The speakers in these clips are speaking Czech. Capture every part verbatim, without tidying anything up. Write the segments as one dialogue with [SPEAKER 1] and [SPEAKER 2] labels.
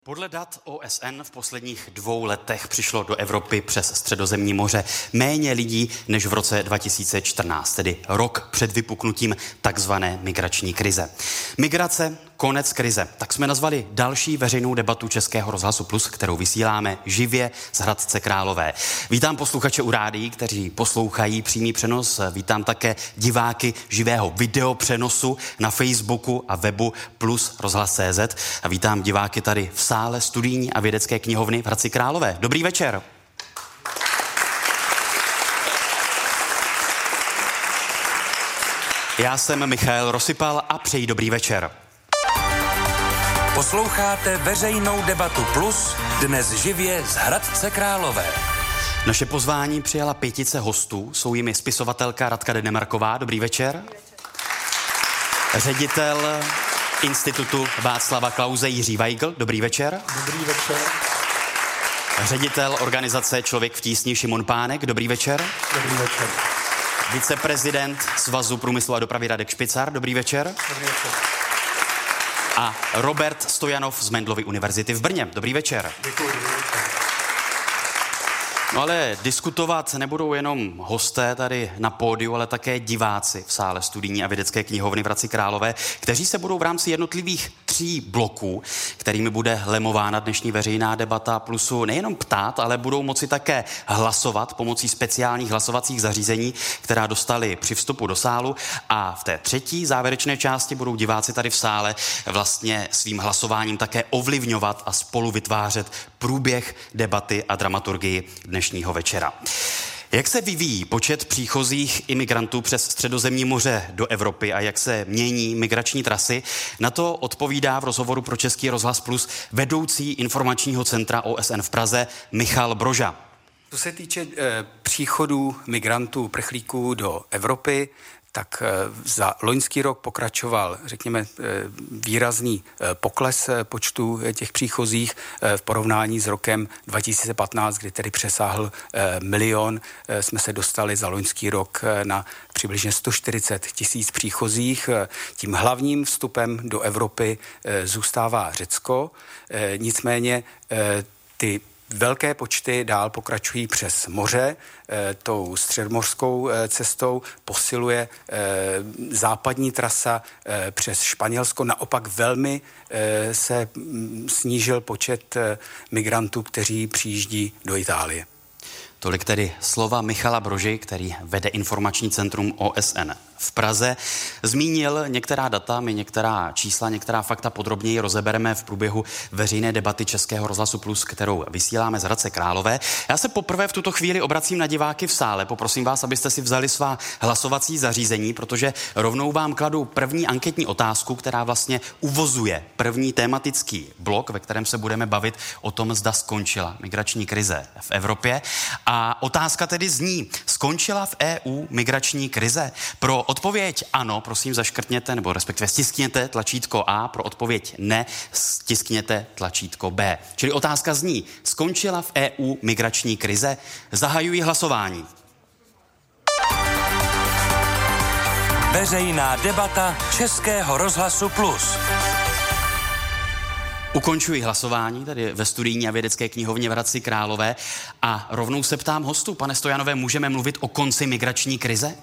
[SPEAKER 1] Podle dat O S N v posledních dvou letech přišlo do Evropy přes Středozemní moře méně lidí než v roce dva tisíce čtrnáct, tedy rok před vypuknutím takzvané migrační krize. Migrace, konec krize. Tak jsme nazvali další veřejnou debatu Českého rozhlasu Plus, kterou vysíláme živě z Hradce Králové. Vítám posluchače u rádií, kteří poslouchají přímý přenos. Vítám také diváky živého videopřenosu na Facebooku a webu Plus rozhlas tečka cé zet. A vítám diváky tady v sále studijní a vědecké knihovny v Hradci Králové. Dobrý večer. Já jsem Michael Rosypal a přeji dobrý večer.
[SPEAKER 2] Posloucháte veřejnou debatu Plus, dnes živě z Hradce Králové.
[SPEAKER 1] Naše pozvání přijala pětice hostů, jsou jimi spisovatelka Radka Denemarková, dobrý večer. Ředitel Institutu Václava Klause Jiří Weigl, dobrý večer.
[SPEAKER 3] Dobrý večer.
[SPEAKER 1] Ředitel organizace Člověk v tísni Šimon Pánek, dobrý večer.
[SPEAKER 3] Dobrý večer.
[SPEAKER 1] Viceprezident Svazu průmyslu a dopravy Radek Špicar, dobrý večer.
[SPEAKER 3] Dobrý večer.
[SPEAKER 1] A Robert Stojanov z Mendelovy univerzity v Brně, dobrý večer.
[SPEAKER 3] Děkuji, dobrý večer.
[SPEAKER 1] No ale diskutovat nebudou jenom hosté tady na pódiu, ale také diváci v sále studijní a vědecké knihovny v Hradci Králové, kteří se budou v rámci jednotlivých tří bloků, kterými bude lemována dnešní veřejná debata Plusu, nejenom ptát, ale budou moci také hlasovat pomocí speciálních hlasovacích zařízení, která dostali při vstupu do sálu. A v té třetí závěrečné části budou diváci tady v sále vlastně svým hlasováním také ovlivňovat a spolu vytvářet průběh debaty a dramaturgii dnešního večera. Jak se vyvíjí počet příchozích imigrantů přes Středozemní moře do Evropy a jak se mění migrační trasy, na to odpovídá v rozhovoru pro Český rozhlas Plus vedoucí informačního centra O S N v Praze Michal Broža.
[SPEAKER 4] Co se týče e, příchodů migrantů, prchlíků do Evropy, tak za loňský rok pokračoval, řekněme, výrazný pokles počtu těch příchozích v porovnání s rokem dva tisíce patnáct, kdy tedy přesáhl milion. Jsme se dostali za loňský rok na přibližně sto čtyřicet tisíc příchozích. Tím hlavním vstupem do Evropy zůstává Řecko. Nicméně ty velké počty dál pokračují přes moře, e, tou středomořskou e, cestou posiluje e, západní trasa e, přes Španělsko. Naopak velmi e, se m, snížil počet e, migrantů, kteří přijíždí do Itálie.
[SPEAKER 1] Tolik tedy slova Michala Broži, který vede informační centrum O S N v Praze. Zmínil některá data, my některá čísla, některá fakta podrobněji rozebereme v průběhu veřejné debaty Českého rozhlasu Plus, kterou vysíláme z Hradce Králové. Já se poprvé v tuto chvíli obracím na diváky v sále. Poprosím vás, abyste si vzali svá hlasovací zařízení, protože rovnou vám kladu první anketní otázku, která vlastně uvozuje první tematický blok, ve kterém se budeme bavit o tom, zda skončila migrační krize v Evropě. A otázka tedy zní, skončila v E U migrační krize? Pro odpověď ano, prosím zaškrtněte, nebo respektive stiskněte tlačítko A, pro odpověď ne, stiskněte tlačítko B. Čili otázka zní, skončila v E U migrační krize? Zahajuji hlasování.
[SPEAKER 2] Veřejná debata Českého rozhlasu Plus.
[SPEAKER 1] Ukončuji hlasování tady ve studijní a vědecké knihovně v Hradci Králové a rovnou se ptám hostů. Pane Stojanové, můžeme mluvit o konci migrační krize?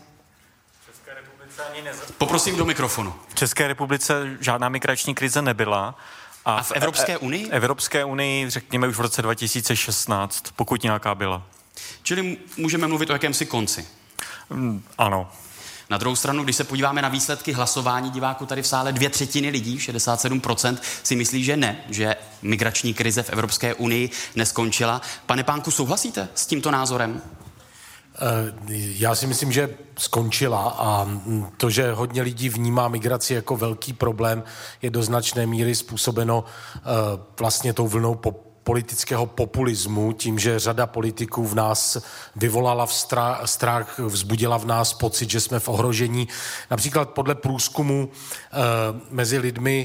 [SPEAKER 1] Poprosím do mikrofonu.
[SPEAKER 5] V České republice žádná migrační krize nebyla.
[SPEAKER 1] A, a v Evropské unii?
[SPEAKER 5] V Evropské unii, řekněme, už v roce dva tisíce šestnáct, pokud nějaká byla.
[SPEAKER 1] Čili můžeme mluvit o jakémsi konci?
[SPEAKER 5] Mm, ano.
[SPEAKER 1] Na druhou stranu, když se podíváme na výsledky hlasování diváků tady v sále, dvě třetiny lidí, šedesát sedm procent, si myslí, že ne, že migrační krize v Evropské unii neskončila. Pane Pánku, souhlasíte s tímto názorem?
[SPEAKER 3] Já si myslím, že skončila a to, že hodně lidí vnímá migraci jako velký problém, je do značné míry způsobeno vlastně tou vlnou po politického populismu, tím, že řada politiků v nás vyvolala v strach, strach, vzbudila v nás pocit, že jsme v ohrožení. Například podle průzkumu e, mezi lidmi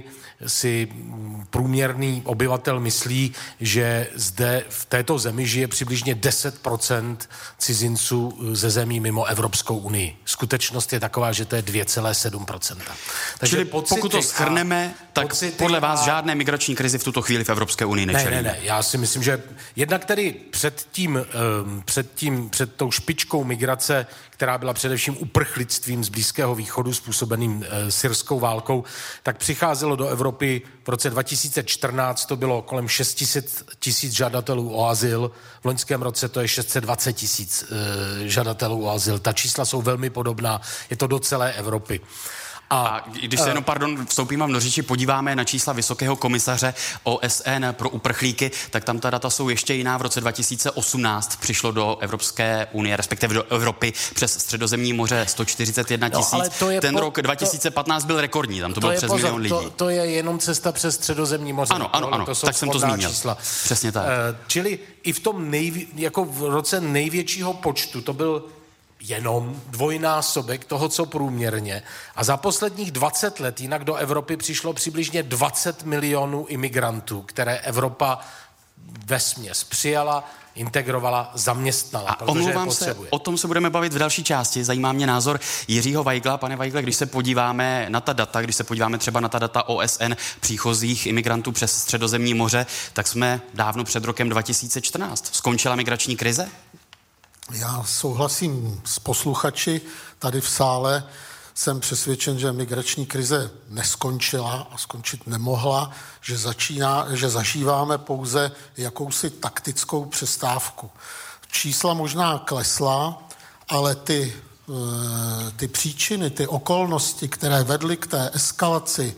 [SPEAKER 3] si průměrný obyvatel myslí, že zde v této zemi žije přibližně deset procent cizinců ze zemí mimo Evropskou unii. Skutečnost je taková, že to je dvě celá sedm procenta. Takže
[SPEAKER 1] čili pokud to shrneme, tak podle vás a... žádné migrační krizi v tuto chvíli v Evropské unii nečelíme.
[SPEAKER 3] Ne, ne, ne. Já si myslím, že jednak tedy před tím, um, před tím, před tou špičkou migrace, která byla především uprchlictvím z Blízkého východu způsobeným uh, syrskou válkou, tak přicházelo do Evropy v roce dva tisíce čtrnáct, to bylo kolem šest set tisíc žadatelů o azyl, v loňském roce to je šest set dvacet tisíc uh, žadatelů o azyl. Ta čísla jsou velmi podobná, je to do celé Evropy.
[SPEAKER 1] A, a když se jenom, pardon, vstoupím vám do řeči, podíváme na čísla Vysokého komisaře O S N pro uprchlíky, tak tam ta data jsou ještě jiná. V roce dva tisíce osmnáct přišlo do Evropské unie, respektive do Evropy přes Středozemní moře sto čtyřicet jedna tisíc. No, ten po, rok dva tisíce patnáct to, byl rekordní, tam to, to bylo přes pozor, milion lidí.
[SPEAKER 3] To, to je jenom cesta přes Středozemní moře.
[SPEAKER 1] Ano, ano, ano,
[SPEAKER 3] to
[SPEAKER 1] tak jsem to zmínil.
[SPEAKER 3] Čísla.
[SPEAKER 1] Přesně tak.
[SPEAKER 3] Uh, čili i v tom nejvě, jako v roce největšího počtu, to byl jenom dvojnásobek toho, co průměrně. A za posledních dvacet let jinak do Evropy přišlo přibližně dvacet milionů imigrantů, které Evropa vesměs přijala, integrovala, zaměstnala.
[SPEAKER 1] A omlouvám se, o tom se budeme bavit v další části. Zajímá mě názor Jiřího Weigla. Pane Weigle, když se podíváme na ta data, když se podíváme třeba na ta data O S N příchozích imigrantů přes Středozemní moře, tak jsme dávno před rokem dva tisíce čtrnáct. Skončila migrační krize?
[SPEAKER 6] Já souhlasím s posluchači tady v sále. Jsem přesvědčen, že migrační krize neskončila a skončit nemohla, že, začíná, že zažíváme pouze jakousi taktickou přestávku. Čísla možná klesla, ale ty, ty příčiny, ty okolnosti, které vedly k té eskalaci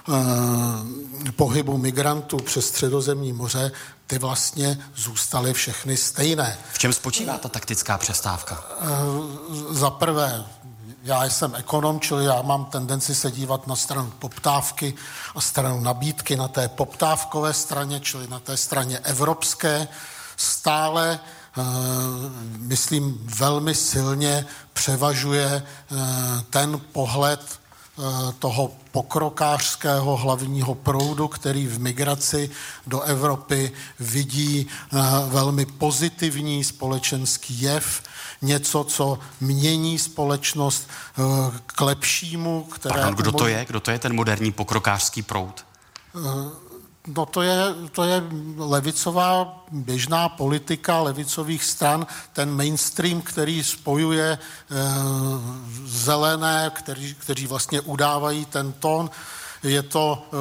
[SPEAKER 6] pohybu migrantů přes Středozemní moře, ty vlastně zůstaly všechny stejné.
[SPEAKER 1] V čem spočívá ta taktická přestávka?
[SPEAKER 6] Za prvé, já jsem ekonom, čili já mám tendenci se dívat na stranu poptávky a stranu nabídky. Na té poptávkové straně, čili na té straně evropské, stále, myslím, velmi silně převažuje ten pohled toho pokrokářského hlavního proudu, který v migraci do Evropy vidí velmi pozitivní společenský jev, něco, co mění společnost k lepšímu. Které
[SPEAKER 1] Pardon, kdo to je? Kdo to je ten moderní pokrokářský proud?
[SPEAKER 6] No to je, to je levicová běžná politika levicových stran, ten mainstream, který spojuje e, zelené, který, kteří vlastně udávají ten tón. Je to e,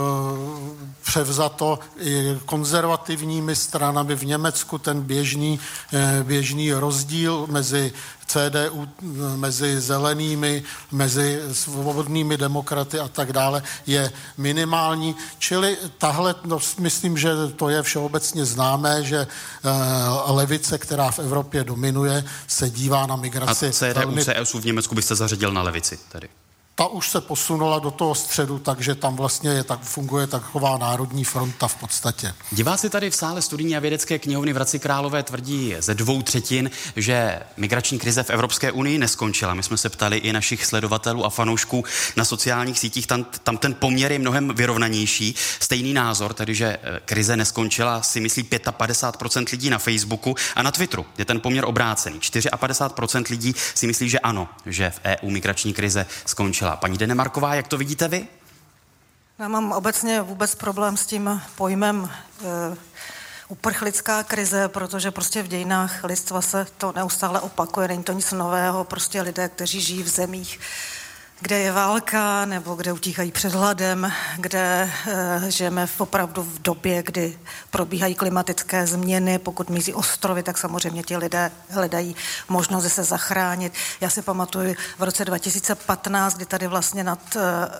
[SPEAKER 6] převzato i konzervativními stranami v Německu, ten běžný, e, běžný rozdíl mezi C D U, mezi zelenými, mezi svobodnými demokraty a tak dále je minimální. Čili tahle, no, myslím, že to je všeobecně známé, že uh, levice, která v Evropě dominuje, se dívá na migraci.
[SPEAKER 1] A C D U,
[SPEAKER 6] velmi...
[SPEAKER 1] C S U v Německu byste zařadil na levici tedy?
[SPEAKER 6] Ta už se posunula do toho středu, takže tam vlastně je, tak funguje taková národní fronta v podstatě.
[SPEAKER 1] Diváci tady v sále studijní a vědecké knihovny v Hradci Králové tvrdí ze dvou třetin, že migrační krize v Evropské unii neskončila. My jsme se ptali i našich sledovatelů a fanoušků na sociálních sítích, tam, tam ten poměr je mnohem vyrovnanější. Stejný názor, tedy že krize neskončila, si myslí padesát pět procent lidí na Facebooku a na Twitteru. Je ten poměr obrácený. padesát čtyři procent lidí si myslí, že ano, že v E U migrační krize skončila. Paní Denemarková, jak to vidíte vy?
[SPEAKER 7] Já mám obecně vůbec problém s tím pojmem e, uprchlická krize, protože prostě v dějinách lidstva se to neustále opakuje, není to nic nového, prostě lidé, kteří žijí v zemích, kde je válka, nebo kde utíkají před hladem, kde e, žijeme v opravdu v době, kdy probíhají klimatické změny. Pokud mizí ostrovy, tak samozřejmě ti lidé hledají možnost se zachránit. Já si pamatuju v roce dva tisíce patnáct, kdy tady vlastně nad e,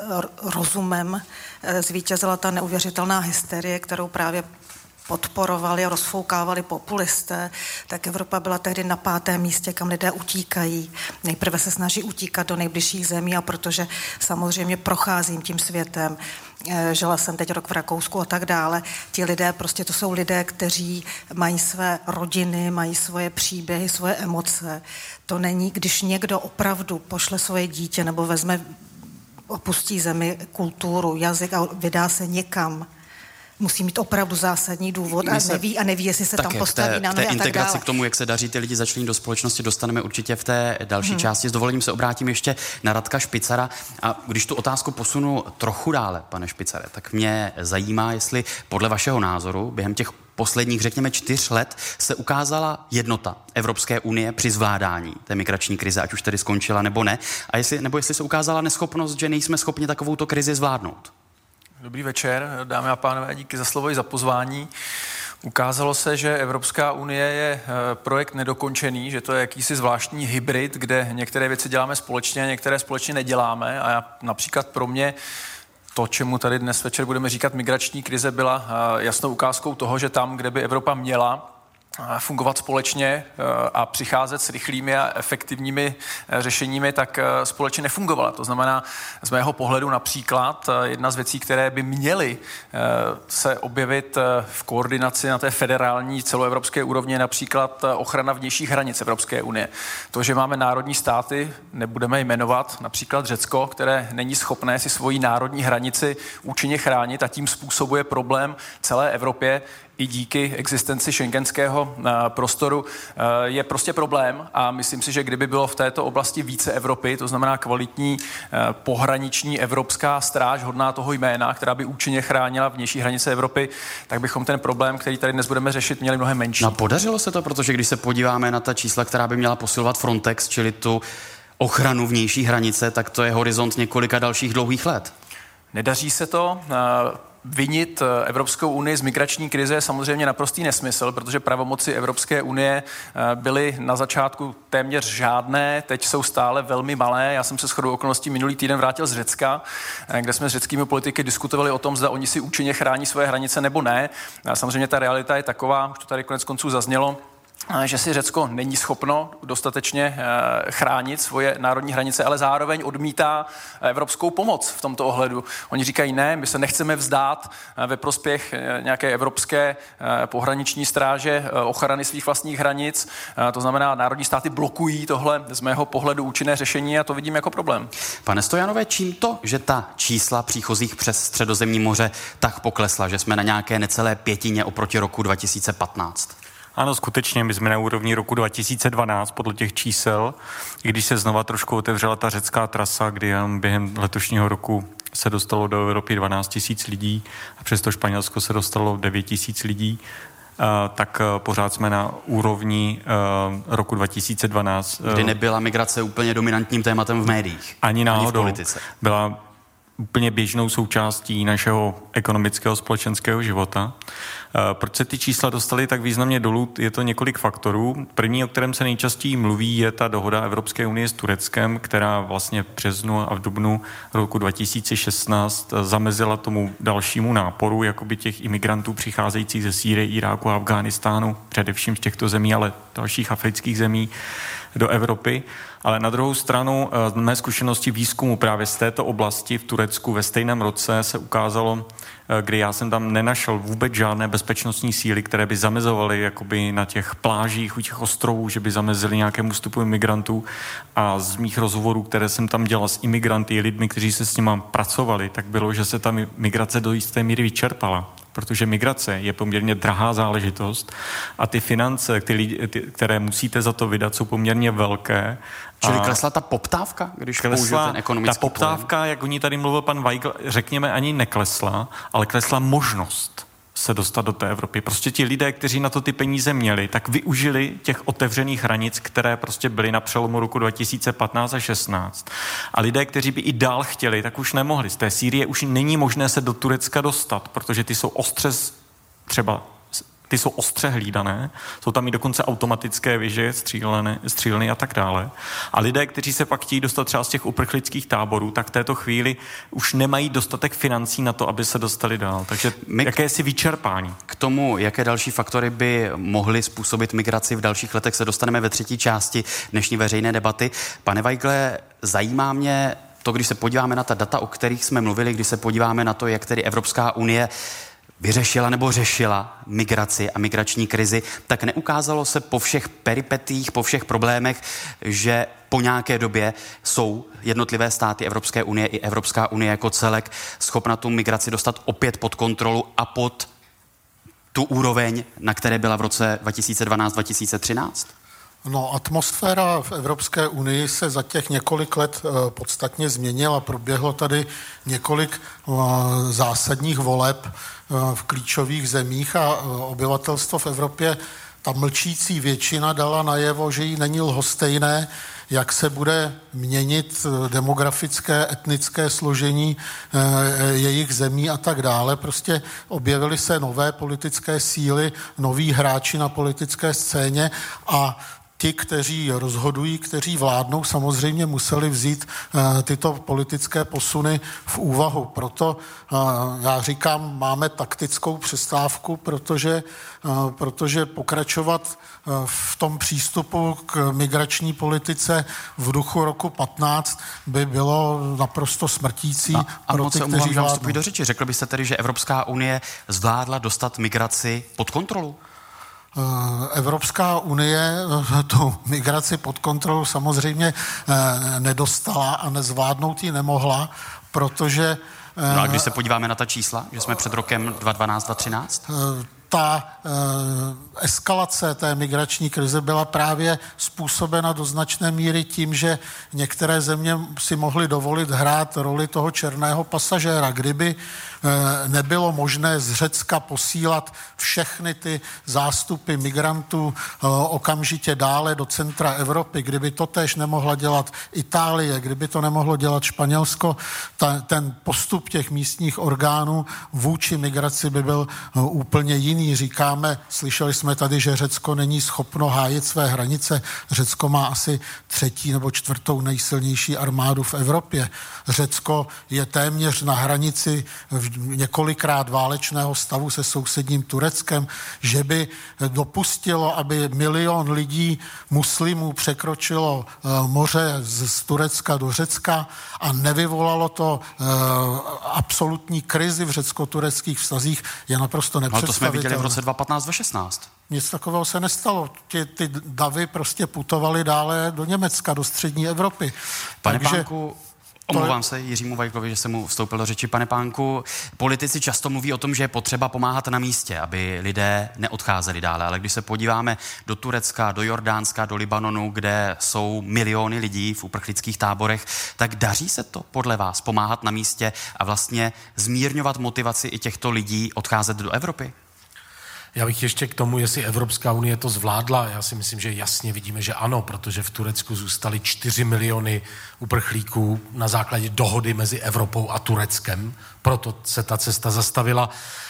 [SPEAKER 7] rozumem e, zvítězila ta neuvěřitelná hysterie, kterou právě podporovali a rozfoukávali populisté, tak Evropa byla tehdy na pátém místě, kam lidé utíkají. Nejprve se snaží utíkat do nejbližších zemí a protože samozřejmě procházím tím světem, žila jsem teď rok v Rakousku a tak dále, ti lidé prostě to jsou lidé, kteří mají své rodiny, mají svoje příběhy, svoje emoce. To není, když někdo opravdu pošle svoje dítě nebo vezme opustí zemi, kulturu, jazyk a vydá se někam, musí mít opravdu zásadní důvod a neví, a neví, jestli se tam postaví na nohy a tak dále.
[SPEAKER 1] K té integraci, k tomu, jak se daří ty lidi začlenit do společnosti, dostaneme určitě v té další hmm. části. S dovolením se obrátím ještě na Radka Špicara. A když tu otázku posunu trochu dále, pane Špicare, tak mě zajímá, jestli podle vašeho názoru během těch posledních, řekněme, čtyř let se ukázala jednota Evropské unie při zvládání té migrační krize, ať už tedy skončila nebo ne, a jestli, nebo jestli se ukázala neschopnost, že nejsme schopni takovouto krizi zvládnout.
[SPEAKER 8] Dobrý večer, dámy a pánové, díky za slovo i za pozvání. Ukázalo se, že Evropská unie je projekt nedokončený, že to je jakýsi zvláštní hybrid, kde některé věci děláme společně, některé společně neděláme a já, například pro mě to, čemu tady dnes večer budeme říkat migrační krize, byla jasnou ukázkou toho, že tam, kde by Evropa měla fungovat společně a přicházet s rychlými a efektivními řešeními, tak společně nefungovala. To znamená, z mého pohledu například jedna z věcí, které by měly se objevit v koordinaci na té federální celoevropské úrovni, je například ochrana vnějších hranic Evropské unie. To, že máme národní státy, nebudeme jmenovat, například Řecko, které není schopné si svoji národní hranici účinně chránit a tím způsobuje problém celé Evropě, i díky existenci schengenského prostoru, je prostě problém a myslím si, že kdyby bylo v této oblasti více Evropy, to znamená kvalitní pohraniční evropská stráž hodná toho jména, která by účinně chránila vnější hranice Evropy, tak bychom ten problém, který tady dnes budeme řešit, měli mnohem menší.
[SPEAKER 1] No, podařilo se to, protože když se podíváme na ta čísla, která by měla posilovat Frontex, čili tu ochranu vnější hranice, tak to je horizont několika dalších dlouhých let.
[SPEAKER 8] Nedaří se to. Vinit Evropskou unii z migrační krize je samozřejmě naprostý nesmysl, protože pravomoci Evropské unie byly na začátku téměř žádné, teď jsou stále velmi malé. Já jsem se shodou okolností minulý týden vrátil z Řecka, kde jsme s řeckými politiky diskutovali o tom, zda oni si účinně chrání svoje hranice nebo ne. A samozřejmě ta realita je taková, už to tady konec konců zaznělo, že si Řecko není schopno dostatečně chránit svoje národní hranice, ale zároveň odmítá evropskou pomoc v tomto ohledu. Oni říkají ne, my se nechceme vzdát ve prospěch nějaké evropské pohraniční stráže, ochrany svých vlastních hranic. To znamená, národní státy blokují tohle z mého pohledu účinné řešení a to vidím jako problém.
[SPEAKER 1] Pane Stojanové, čím to, že ta čísla příchozích přes Středozemní moře tak poklesla, že jsme na nějaké necelé pětině oproti roku dva tisíce patnáct?
[SPEAKER 5] Ano, skutečně, my jsme na úrovni roku dva tisíce dvanáct podle těch čísel, i když se znova trošku otevřela ta řecká trasa, kdy během letošního roku se dostalo do Evropy dvanáct tisíc lidí a přesto Španělsko se dostalo devět tisíc lidí, tak pořád jsme na úrovni roku dva tisíce dvanáct.
[SPEAKER 1] Kdy nebyla migrace úplně dominantním tématem v médiích.
[SPEAKER 5] Ani náhodou.
[SPEAKER 1] Ani v politice.
[SPEAKER 5] Byla úplně běžnou součástí našeho ekonomického společenského života. Proč se ty čísla dostaly tak významně dolů? Je to několik faktorů. První, o kterém se nejčastěji mluví, je ta dohoda Evropské unie s Tureckem, která vlastně v březnu a v dubnu roku dva tisíce šestnáct zamezila tomu dalšímu náporu jakoby těch imigrantů přicházejících ze Sýrie, Iráku a Afghánistánu, především z těchto zemí, ale dalších afrických zemí do Evropy. Ale na druhou stranu z mé zkušenosti výzkumu právě z této oblasti v Turecku ve stejném roce se ukázalo, kdy já jsem tam nenašel vůbec žádné bezpečnostní síly, které by zamezovaly jakoby na těch plážích u těch ostrovů, že by zamezili nějakému vstupu imigrantů. A z mých rozhovorů, které jsem tam dělal s imigranty, lidmi, kteří se s nimi pracovali, tak bylo, že se tam migrace do jisté míry vyčerpala. Protože migrace je poměrně drahá záležitost a ty finance, ty, ty, které musíte za to vydat, jsou poměrně velké.
[SPEAKER 1] Čili klesla ta poptávka, když použil ten ekonomický
[SPEAKER 5] Ta poptávka, pojem. Jak o ní tady mluvil pan Weigl, řekněme, ani neklesla, ale klesla možnost se dostat do té Evropy. Prostě ti lidé, kteří na to ty peníze měli, tak využili těch otevřených hranic, které prostě byly na přelomu roku dva tisíce patnáct a šestnáct. A lidé, kteří by i dál chtěli, tak už nemohli. Z té Sýrie už není možné se do Turecka dostat, protože ty jsou ostře třeba ty jsou ostře hlídané, jsou tam i dokonce automatické věže, střílny, střílny a tak dále. A lidé, kteří se pak chtějí dostat třeba z těch uprchlických táborů, tak v této chvíli už nemají dostatek financí na to, aby se dostali dál. Takže My jakési vyčerpání.
[SPEAKER 1] K tomu, jaké další faktory by mohly způsobit migraci v dalších letech, se dostaneme ve třetí části dnešní veřejné debaty. Pane Weigle, zajímá mě to, když se podíváme na ta data, o kterých jsme mluvili, když se podíváme na to, jak tedy Evropská unie vyřešila nebo řešila migraci a migrační krizi, tak neukázalo se po všech peripetích, po všech problémech, že po nějaké době jsou jednotlivé státy Evropské unie i Evropská unie jako celek schopna tu migraci dostat opět pod kontrolu a pod tu úroveň, na které byla v roce dva tisíce dvanáct dva tisíce třináct?
[SPEAKER 6] No, atmosféra v Evropské unii se za těch několik let uh, podstatně změnila. Proběhlo tady několik uh, zásadních voleb uh, v klíčových zemích a uh, obyvatelstvo v Evropě, ta mlčící většina dala najevo, že jí není lhostejné, jak se bude měnit demografické, etnické složení e, jejich zemí a tak dále. Prostě objevily se nové politické síly, noví hráči na politické scéně a ti, kteří rozhodují, kteří vládnou, samozřejmě museli vzít uh, tyto politické posuny v úvahu. Proto uh, já říkám, máme taktickou přestávku, protože, uh, protože pokračovat uh, v tom přístupu k migrační politice v duchu roku patnáct by bylo naprosto smrtící
[SPEAKER 1] a, a
[SPEAKER 6] pro
[SPEAKER 1] moc
[SPEAKER 6] ty,
[SPEAKER 1] se
[SPEAKER 6] kteří
[SPEAKER 1] omlouvám,
[SPEAKER 6] vládnou.
[SPEAKER 1] do řeči. Řekl byste tedy, že Evropská unie zvládla dostat migraci pod kontrolu?
[SPEAKER 6] Evropská unie tu migraci pod kontrolu samozřejmě nedostala a nezvládnout ji nemohla, protože...
[SPEAKER 1] No a když se podíváme na ta čísla, že jsme před rokem dva tisíce dvanáct dva tisíce třináct?
[SPEAKER 6] Ta eh, eskalace té migrační krize byla právě způsobena do značné míry tím, že některé země si mohly dovolit hrát roli toho černého pasažéra. Kdyby eh, nebylo možné z Řecka posílat všechny ty zástupy migrantů eh, okamžitě dále do centra Evropy, kdyby to též nemohla dělat Itálie, kdyby to nemohlo dělat Španělsko, ta, ten postup těch místních orgánů vůči migraci by byl eh, úplně jiný. Říkáme, slyšeli jsme tady, že Řecko není schopno hájit své hranice. Řecko má asi třetí nebo čtvrtou nejsilnější armádu v Evropě. Řecko je téměř na hranici několikrát válečného stavu se sousedním Tureckem, že by dopustilo, aby milion lidí muslimů překročilo moře z Turecka do Řecka a nevyvolalo to absolutní krizi v řecko-tureckých vztazích, je naprosto nepředstavitelné.
[SPEAKER 1] V roce dva tisíce patnáct dva tisíce šestnáct.
[SPEAKER 6] Nic takového se nestalo. Ty, ty davy prostě putovaly dále do Německa, do střední Evropy.
[SPEAKER 1] Pane
[SPEAKER 6] Takže
[SPEAKER 1] Pánku, omlouvám se Jiřímu Weiglovi, že jsem mu vstoupil do řeči. Pane Pánku, politici často mluví o tom, že je potřeba pomáhat na místě, aby lidé neodcházeli dále. Ale když se podíváme do Turecka, do Jordánska, do Libanonu, kde jsou miliony lidí v uprchlických táborech, tak daří se to podle vás pomáhat na místě a vlastně zmírňovat motivaci i těchto lidí odcházet do Evropy?
[SPEAKER 3] Já bych ještě k tomu, jestli Evropská unie to zvládla, já si myslím, že jasně vidíme, že ano, protože v Turecku zůstaly čtyři miliony uprchlíků na základě dohody mezi Evropou a Tureckem, proto se ta cesta zastavila.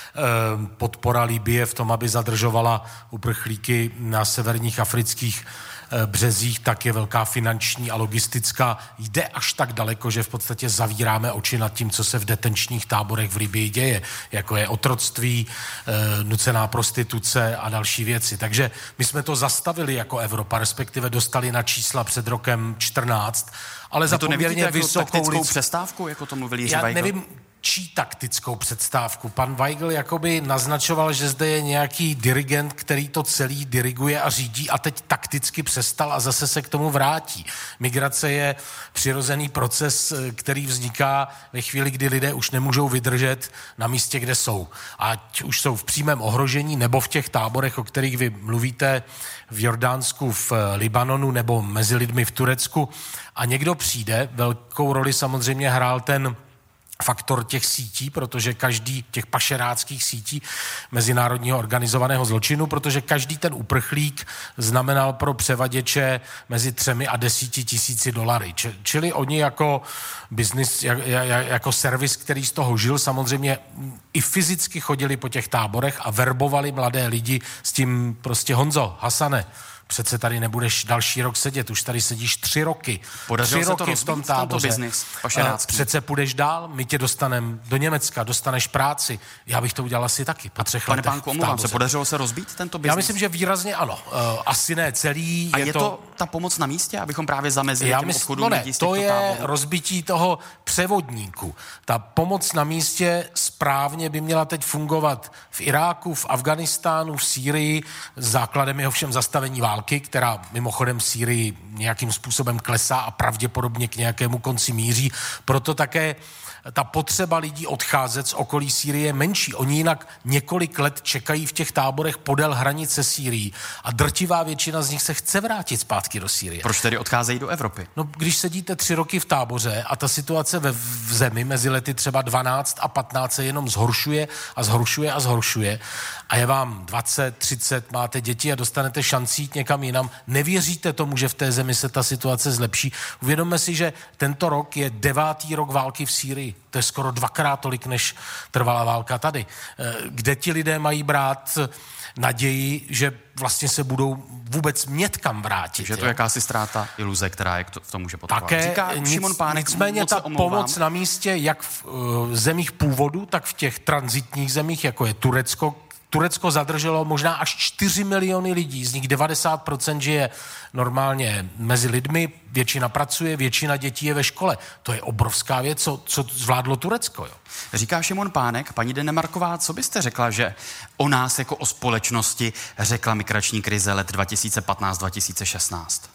[SPEAKER 3] Podpora Libye v tom, aby zadržovala uprchlíky na severních afrických březích, tak je velká finanční a logistická. Jde až tak daleko, že v podstatě zavíráme oči nad tím, co se v detenčních táborech v Libyi děje, jako je otroctví, nucená prostituce a další věci. Takže my jsme to zastavili jako Evropa, respektive dostali na čísla před rokem čtrnáct, ale za
[SPEAKER 1] to
[SPEAKER 3] poměrně
[SPEAKER 1] jako
[SPEAKER 3] vysokou
[SPEAKER 1] taktickou
[SPEAKER 3] lidsk...
[SPEAKER 1] přestávku, jako to mluvil Jiří
[SPEAKER 3] Já
[SPEAKER 1] Weigl?
[SPEAKER 3] nevím, čí taktickou předstávku. Pan Weigl jakoby naznačoval, že zde je nějaký dirigent, který to celý diriguje a řídí a teď takticky přestal a zase se k tomu vrátí. Migrace je přirozený proces, který vzniká ve chvíli, kdy lidé už nemůžou vydržet na místě, kde jsou. Ať už jsou v přímém ohrožení nebo v těch táborech, o kterých vy mluvíte v Jordánsku, v Libanonu nebo mezi lidmi v Turecku a někdo přijde, velkou roli samozřejmě hrál ten faktor těch sítí, protože každý těch pašeráckých sítí mezinárodního organizovaného zločinu, protože každý ten uprchlík znamenal pro převaděče mezi třemi a desíti tisíci dolary. Č- čili oni jako biznis, jak, jako servis, který z toho žil, samozřejmě i fyzicky chodili po těch táborech a verbovali mladé lidi s tím prostě Honzo, Hasane, přece tady nebudeš další rok sedět, už tady sedíš tři roky.
[SPEAKER 1] Podařilo
[SPEAKER 3] tři
[SPEAKER 1] se
[SPEAKER 3] roky
[SPEAKER 1] to rozbít,
[SPEAKER 3] v tom táboře.
[SPEAKER 1] biznis pašerácký.
[SPEAKER 3] Přece půjdeš dál, my tě dostaneme do Německa, dostaneš práci. Já bych to udělal asi taky po třech
[SPEAKER 1] Pane
[SPEAKER 3] letech.
[SPEAKER 1] Pánku, omlouvám se, podařilo se rozbít tento biznis?
[SPEAKER 3] Já myslím, že výrazně ano. Uh, asi ne celý.
[SPEAKER 1] A je, je to... to ta pomoc na místě, abychom právě zamezili
[SPEAKER 3] Já
[SPEAKER 1] těm
[SPEAKER 3] mysl...
[SPEAKER 1] odchodům
[SPEAKER 3] no ne,
[SPEAKER 1] lidí z
[SPEAKER 3] to
[SPEAKER 1] těchto
[SPEAKER 3] je
[SPEAKER 1] táborů?
[SPEAKER 3] rozbití toho převodníku. Ta pomoc na místě správně by měla teď fungovat v Iráku, v Afghánistánu, v Sýrii. Základem je ovšem zastavení války, která mimochodem v Sýrii nějakým způsobem klesá a pravděpodobně k nějakému konci míří. Proto také ta potřeba lidí odcházet z okolí Sýrie je menší. Oni jinak několik let čekají v těch táborech podél hranice Sýrii a drtivá většina z nich se chce vrátit zpátky do Sýrie.
[SPEAKER 1] Proč tedy odcházejí do Evropy?
[SPEAKER 3] No, když sedíte tři roky v táboře a ta situace ve v zemi mezi lety třeba dvanáct a patnáct se jenom zhoršuje a zhoršuje a zhoršuje a je vám dvacet, třicet, máte děti a dostanete šanci jít někam jinam, nevěříte tomu, že v té zemi se ta situace zlepší. Uvědomme si, že tento rok je devátý rok války v Sýrii. To je skoro dvakrát tolik, než trvala válka tady. Kde ti lidé mají brát naději, že vlastně se budou vůbec mět kam vrátit.
[SPEAKER 1] Že to je jakási ztráta iluze, která je v tom může podporovat.
[SPEAKER 3] Také
[SPEAKER 1] Říká
[SPEAKER 3] nic,
[SPEAKER 1] Šimon Pánek,
[SPEAKER 3] nicméně ta pomoc na místě, jak v uh, zemích původu, tak v těch tranzitních zemích, jako je Turecko. Turecko zadrželo možná až čtyři miliony lidí, z nich devadesát procent žije normálně mezi lidmi, většina pracuje, většina dětí je ve škole. To je obrovská věc, co, co zvládlo Turecko. Jo.
[SPEAKER 1] Říká Šimon Pánek, paní Denemarková, co byste řekla, že o nás jako o společnosti řekla migrační krize let dva tisíce patnáct dva tisíce šestnáct?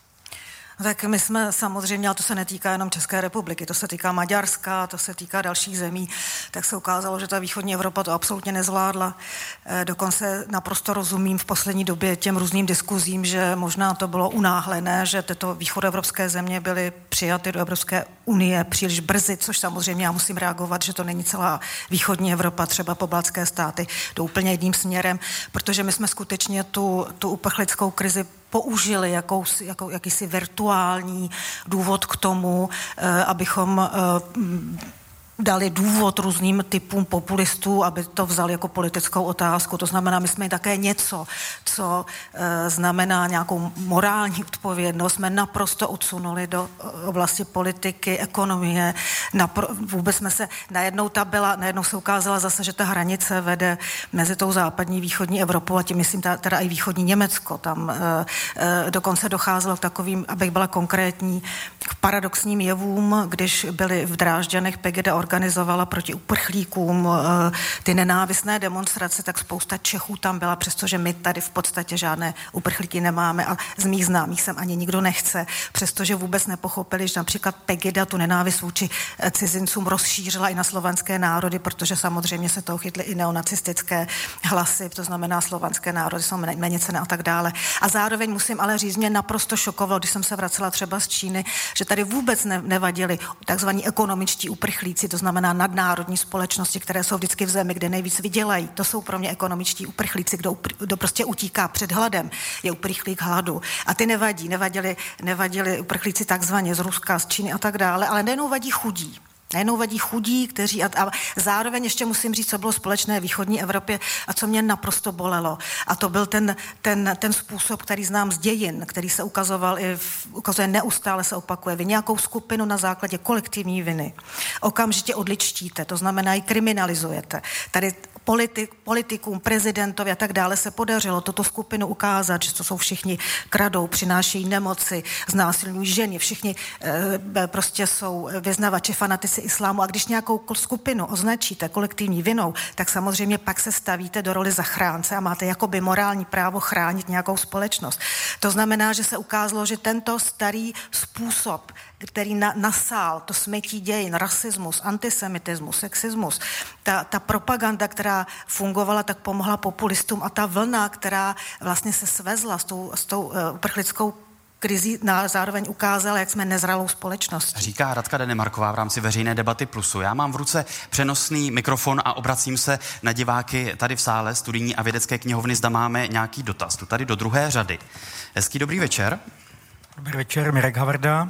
[SPEAKER 7] Tak my jsme samozřejmě, ale to se netýká jenom České republiky, to se týká Maďarska, to se týká dalších zemí, tak se ukázalo, že ta východní Evropa to absolutně nezvládla. Dokonce naprosto rozumím v poslední době těm různým diskuzím, že možná to bylo unáhlené, že tyto východoevropské země byly přijaty do Evropské unie příliš brzy, což samozřejmě já musím reagovat, že to není celá východní Evropa, třeba pobaltské státy, jdou úplně jedním směrem, protože my jsme skutečně tu, tu uprchlickou krizi použili jakousi, jakou, jakýsi virtuální důvod k tomu, eh, abychom eh, dali důvod různým typům populistů, aby to vzali jako politickou otázku. To znamená, my jsme také něco, co e, znamená nějakou morální odpovědnost, jsme naprosto odsunuli do oblasti politiky, ekonomie. Napro, vůbec jsme se, najednou ta byla, najednou se ukázala zase, že ta hranice vede mezi tou západní východní Evropou a tím myslím ta, teda i východní Německo. Tam e, e, dokonce docházelo k takovým, abych byla konkrétní, k paradoxním jevům, když byli v Drážďanech Pegida organizovala proti uprchlíkům ty nenávistné demonstrace, tak spousta Čechů tam byla, přestože my tady v podstatě žádné uprchlíky nemáme a z mých známých sem ani nikdo nechce, přestože vůbec nepochopili, že například Pegida tu nenávist vůči cizincům rozšířila i na slovanské národy, protože samozřejmě se toho chytly i neonacistické hlasy, to znamená slovanské národy jsou méněcenné a tak dále. A zároveň musím ale říct, mě naprosto šokovalo, když jsem se vracela třeba z Číny, že tady vůbec ne, nevadili takzvaní ekonomičtí uprchlíci, to znamená nadnárodní společnosti, které jsou vždycky v zemi, kde nejvíc vydělají. To jsou pro mě ekonomičtí uprchlíci, kdo, kdo prostě utíká před hladem, je uprchlík hladu. A ty nevadí, nevadili, nevadili uprchlíci takzvaně z Ruska, z Číny a tak dále, ale nejenom vadí chudí. Najednou vadí chudí, kteří a, a zároveň ještě musím říct, co bylo společné v východní Evropě a co mě naprosto bolelo. A to byl ten, ten, ten způsob, který znám z dějin, který se ukazoval i v, ukazuje neustále se opakuje. Vy nějakou skupinu na základě kolektivní viny okamžitě odličtíte, to znamená i kriminalizujete. Tady politik, politikům, prezidentovi a tak dále se podařilo toto skupinu ukázat, že to jsou všichni kradou, přinášejí nemoci, znásilňují ženy, všichni e, prostě jsou vyznavači, fanatici islámu a když nějakou skupinu označíte kolektivní vinou, tak samozřejmě pak se stavíte do roli zachránce a máte jakoby morální právo chránit nějakou společnost. To znamená, že se ukázalo, že tento starý způsob, který na, nasál to smetí dějin, rasismus, antisemitismus, sexismus, ta, ta propaganda, která fungovala, tak pomohla populistům a ta vlna, která vlastně se svezla s tou, s tou uh, uprchlickou krizí, zároveň ukázala, jak jsme nezralou společnost.
[SPEAKER 1] Říká Radka Denemarková v rámci veřejné debaty Plusu. Já mám v ruce přenosný mikrofon a obracím se na diváky tady v sále studijní a vědecké knihovny, zda máme nějaký dotaz. Tu tady do druhé řady. Hezký dobrý večer.
[SPEAKER 9] Dobrý večer, Mirek Havrda.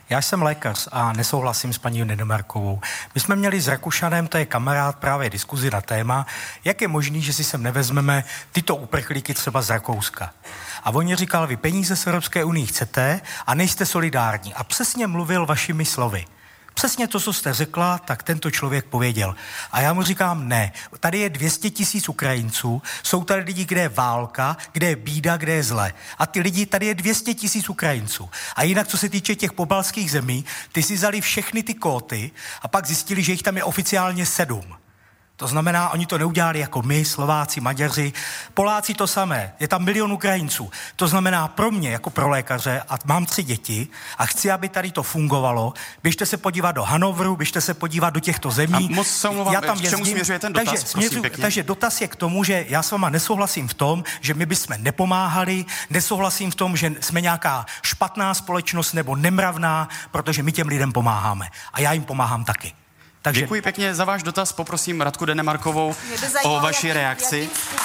[SPEAKER 9] Já jsem lékař a nesouhlasím s paní Denemarkovou. My jsme měli s Rakušanem, to je kamarád, právě diskuzi na téma, jak je možný, že si sem nevezmeme tyto uprchlíky třeba z Rakouska. A on říkal, vy peníze z Evropské unii chcete a nejste solidární. A přesně mluvil vašimi slovy. Přesně to, co jste řekla, tak tento člověk pověděl. A já mu říkám, ne, tady je dvě stě tisíc Ukrajinců, jsou tady lidi, kde je válka, kde je bída, kde je zle. A ty lidi, tady je dvě stě tisíc Ukrajinců. A jinak, co se týče těch pobaltských zemí, ty si vzali všechny ty kvóty a pak zjistili, že jich tam je oficiálně sedm. To znamená, oni to neudělali jako my, Slováci, Maďaři, Poláci to samé. Je tam milion Ukrajinců. To znamená pro mě, jako pro lékaře, a mám tři děti a chci, aby tady to fungovalo, běžte se podívat do Hanovru, běžte se podívat do těchto zemí.
[SPEAKER 1] A moc se omlouvám, já tam jezdím, k čemu směřuje ten dotaz,
[SPEAKER 9] takže, směřu, takže dotaz je k tomu, že já s váma nesouhlasím v tom, že my bychom nepomáhali, nesouhlasím v tom, že jsme nějaká špatná společnost nebo nemravná, protože my těm lidem pomáháme. A já jim pomáhám taky. Takže...
[SPEAKER 1] Děkuji pěkně za váš dotaz. Poprosím Radku Denemarkovou o vaši
[SPEAKER 7] jak,
[SPEAKER 1] reakci.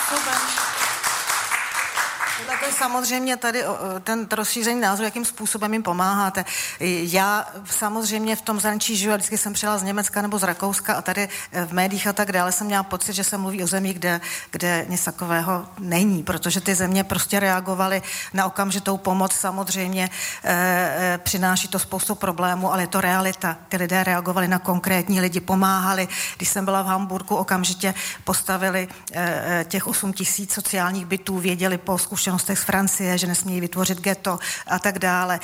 [SPEAKER 7] Tak samozřejmě tady ten rozšířený názor, jakým způsobem jim pomáháte. Já samozřejmě v tom zahraničí žiju, a vždycky jsem přijela z Německa nebo z Rakouska a tady v médiích a tak dále jsem měla pocit, že se mluví o zemích, kde, kde nic takového není, protože ty země prostě reagovaly na okamžitou pomoc. Samozřejmě e, přináší to spoustu problémů, ale je to realita. Ty lidé reagovali na konkrétní lidi, pomáhali. Když jsem byla v Hamburku, okamžitě postavili e, těch osm tisíc sociálních bytů, věděli po zkušenostech z Francie, že nesmějí vytvořit ghetto a tak dále.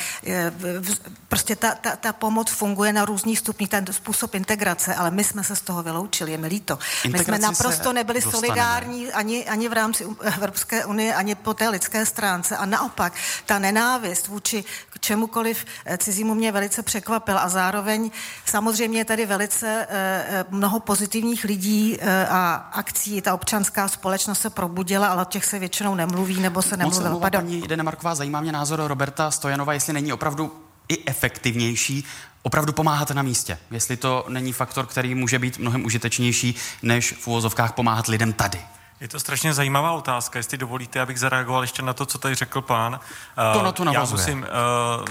[SPEAKER 7] Prostě ta, ta, ta pomoc funguje na různých stupních, ten způsob integrace, ale my jsme se z toho vyloučili, je mi líto. My jsme naprosto nebyli solidární ani, ani v rámci Evropské unie, ani po té lidské stránce a naopak ta nenávist vůči čemukoliv cizímu mě velice překvapila a zároveň samozřejmě je tady velice eh, mnoho pozitivních lidí eh, a akcí, ta občanská společnost se probudila, ale o těch se většinou nemluví nebo se nemluví.
[SPEAKER 1] Moc paní Denemarková, zajímá mě názor Roberta Stojanova, jestli není opravdu i efektivnější opravdu pomáhat na místě. Jestli to není faktor, který může být mnohem užitečnější, než v uvozovkách pomáhat lidem tady.
[SPEAKER 5] Je to strašně zajímavá otázka, jestli dovolíte, abych zareagoval ještě na to, co tady řekl pán.
[SPEAKER 1] To na to navazuje.
[SPEAKER 5] Já musím... Uh,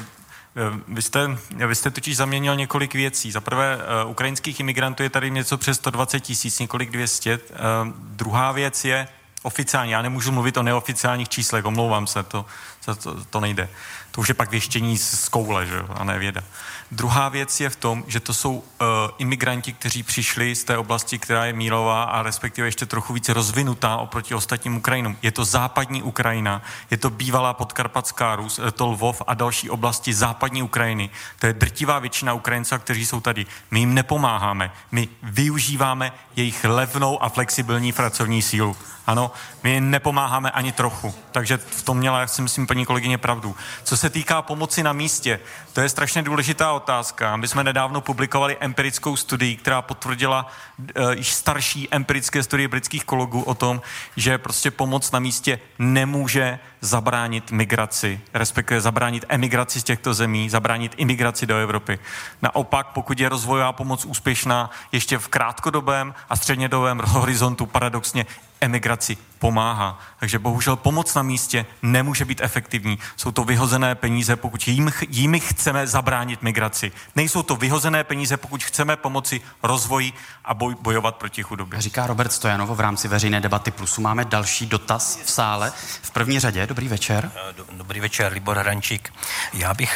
[SPEAKER 5] Vy jste, vy jste totiž zaměnil několik věcí. Za prvé, uh, ukrajinských imigrantů je tady něco přes sto dvacet tisíc, několik dvě stě. Uh, druhá věc je oficiální. Já nemůžu mluvit o neoficiálních číslech, omlouvám se, to, to, to nejde. To už je pak věštění z koule, že jo, a ne věda. Druhá věc je v tom, že to jsou uh, imigranti, kteří přišli z té oblasti, která je mírová a respektive ještě trochu více rozvinutá oproti ostatním Ukrajinům. Je to západní Ukrajina, je to bývalá podkarpatská Rus, je to Lvov a další oblasti západní Ukrajiny. To je drtivá většina Ukrajinců, kteří jsou tady. My jim nepomáháme, my využíváme jejich levnou a flexibilní pracovní sílu. Ano, my jim nepomáháme ani trochu. Takže v tom měla, já si myslím, paní kolegyně pravdu. Co se týká pomoci na místě, to je strašně důležitá otázka. My jsme nedávno publikovali empirickou studii, která potvrdila uh, již starší empirické studie britských kolegů o tom, že prostě pomoc na místě nemůže zabránit migraci, respektive zabránit emigraci z těchto zemí, zabránit imigraci do Evropy. Naopak, pokud je rozvojová pomoc úspěšná ještě v krátkodobém a střednědobém horizontu, paradoxně emigraci pomáhá. Takže bohužel pomoc na místě nemůže být efektivní. Jsou to vyhozené peníze, pokud jim, jimi chceme zabránit migraci. Nejsou to vyhozené peníze, pokud chceme pomoci rozvoji a boj, bojovat proti chudobě.
[SPEAKER 1] Říká Robert Stojanov v rámci veřejné debaty Plusu. Máme další dotaz v sále. V první řadě. Dobrý večer.
[SPEAKER 10] Dobrý večer, Libor Hrančík. Já bych,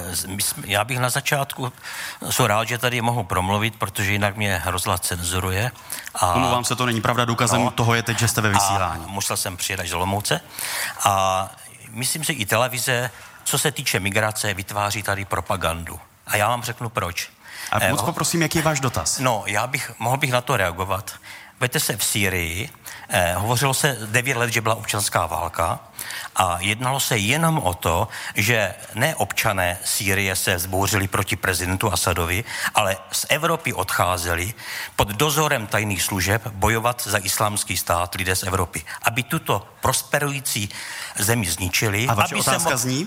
[SPEAKER 10] já bych na začátku jsem rád, že tady mohu promluvit, protože jinak mě rozhlas cenzuruje.
[SPEAKER 1] Omlouvám se, to není pravda. Důkazem no, toho je teď, že jste ve vysílání.
[SPEAKER 10] Musel jsem přijet až z Olomouce. A myslím si, i televize, co se týče migrace, vytváří tady propagandu. A já vám řeknu proč.
[SPEAKER 1] A moc eh, poprosím, jaký je váš dotaz?
[SPEAKER 10] No, já bych, mohl bych na to reagovat. Vete se v Sýrii, eh, hovořilo se devět let, že byla občanská válka a jednalo se jenom o to, že ne občané Sýrie se vzbouřili proti prezidentu Asadovi, ale z Evropy odcházeli pod dozorem tajných služeb bojovat za islámský stát lidé z Evropy. Aby tuto prosperující zemi zničili.
[SPEAKER 1] A vaše
[SPEAKER 10] aby
[SPEAKER 1] otázka
[SPEAKER 10] se mo-
[SPEAKER 1] zní?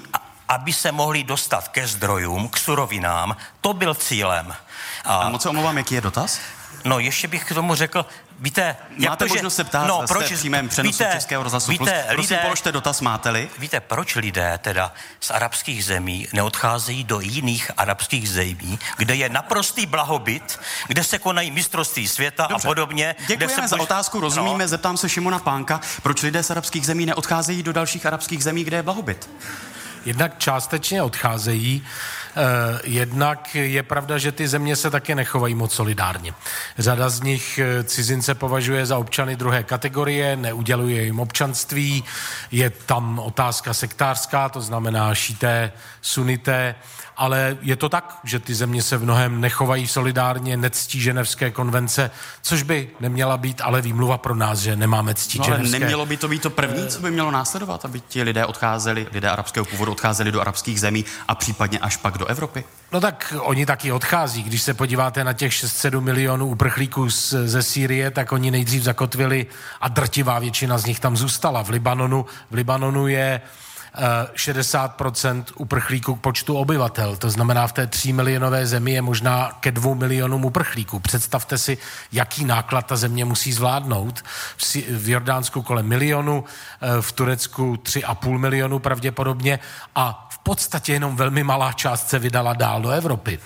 [SPEAKER 10] aby se mohli dostat ke zdrojům, k surovinám. To byl cílem.
[SPEAKER 1] A, a moc se omlouvám, jaký je dotaz?
[SPEAKER 10] No, ještě bych k tomu řekl, víte... Jak
[SPEAKER 1] máte
[SPEAKER 10] to,
[SPEAKER 1] možnost
[SPEAKER 10] že,
[SPEAKER 1] se ptát,
[SPEAKER 10] no,
[SPEAKER 1] jste
[SPEAKER 10] proč,
[SPEAKER 1] v přímém přenosu
[SPEAKER 10] víte,
[SPEAKER 1] Českého rozhlasu
[SPEAKER 10] víte,
[SPEAKER 1] Plus. Prosím,
[SPEAKER 10] lidé,
[SPEAKER 1] položte dotaz, máte-li.
[SPEAKER 10] Víte, proč lidé teda z arabských zemí neodcházejí do jiných arabských zemí, kde je naprostý blahobyt, kde se konají mistrovství světa
[SPEAKER 1] Dobře.
[SPEAKER 10] a podobně.
[SPEAKER 1] Děkujeme
[SPEAKER 10] kde se
[SPEAKER 1] za otázku, rozumíme, no. Zeptám se Šimona Pánka, proč lidé z arabských zemí neodcházejí do dalších arabských zemí, kde je blahobyt?
[SPEAKER 3] Jednak částečně odcházejí, eh, jednak je pravda, že ty země se taky nechovají moc solidárně. Řada z nich cizince považuje za občany druhé kategorie, neuděluje jim občanství, je tam otázka sektářská, to znamená šíté, sunité, ale je to tak, že ty země se v mnohem nechovají solidárně, nectí ženevské konvence, což by neměla být ale výmluva pro nás, že nemáme ctít
[SPEAKER 1] no, ale
[SPEAKER 3] ženevské.
[SPEAKER 1] nemělo by to být to první, co by mělo následovat, aby ti lidé odcházeli, lidé arabského původu odcházeli do arabských zemí a případně až pak do Evropy?
[SPEAKER 3] No tak oni taky odchází. Když se podíváte na těch šest sedm milionů uprchlíků z, ze Sýrie, tak oni nejdřív zakotvili a drtivá většina z nich tam zůstala. V Libanonu, v Libanonu je šedesát procent uprchlíků k počtu obyvatel. To znamená, v té tří milionové zemi je možná ke dvou milionům uprchlíků. Představte si, jaký náklad ta země musí zvládnout. V, v Jordánsku kolem milionu, v Turecku tři a půl milionu pravděpodobně a v podstatě jenom velmi malá část se vydala dál do Evropy.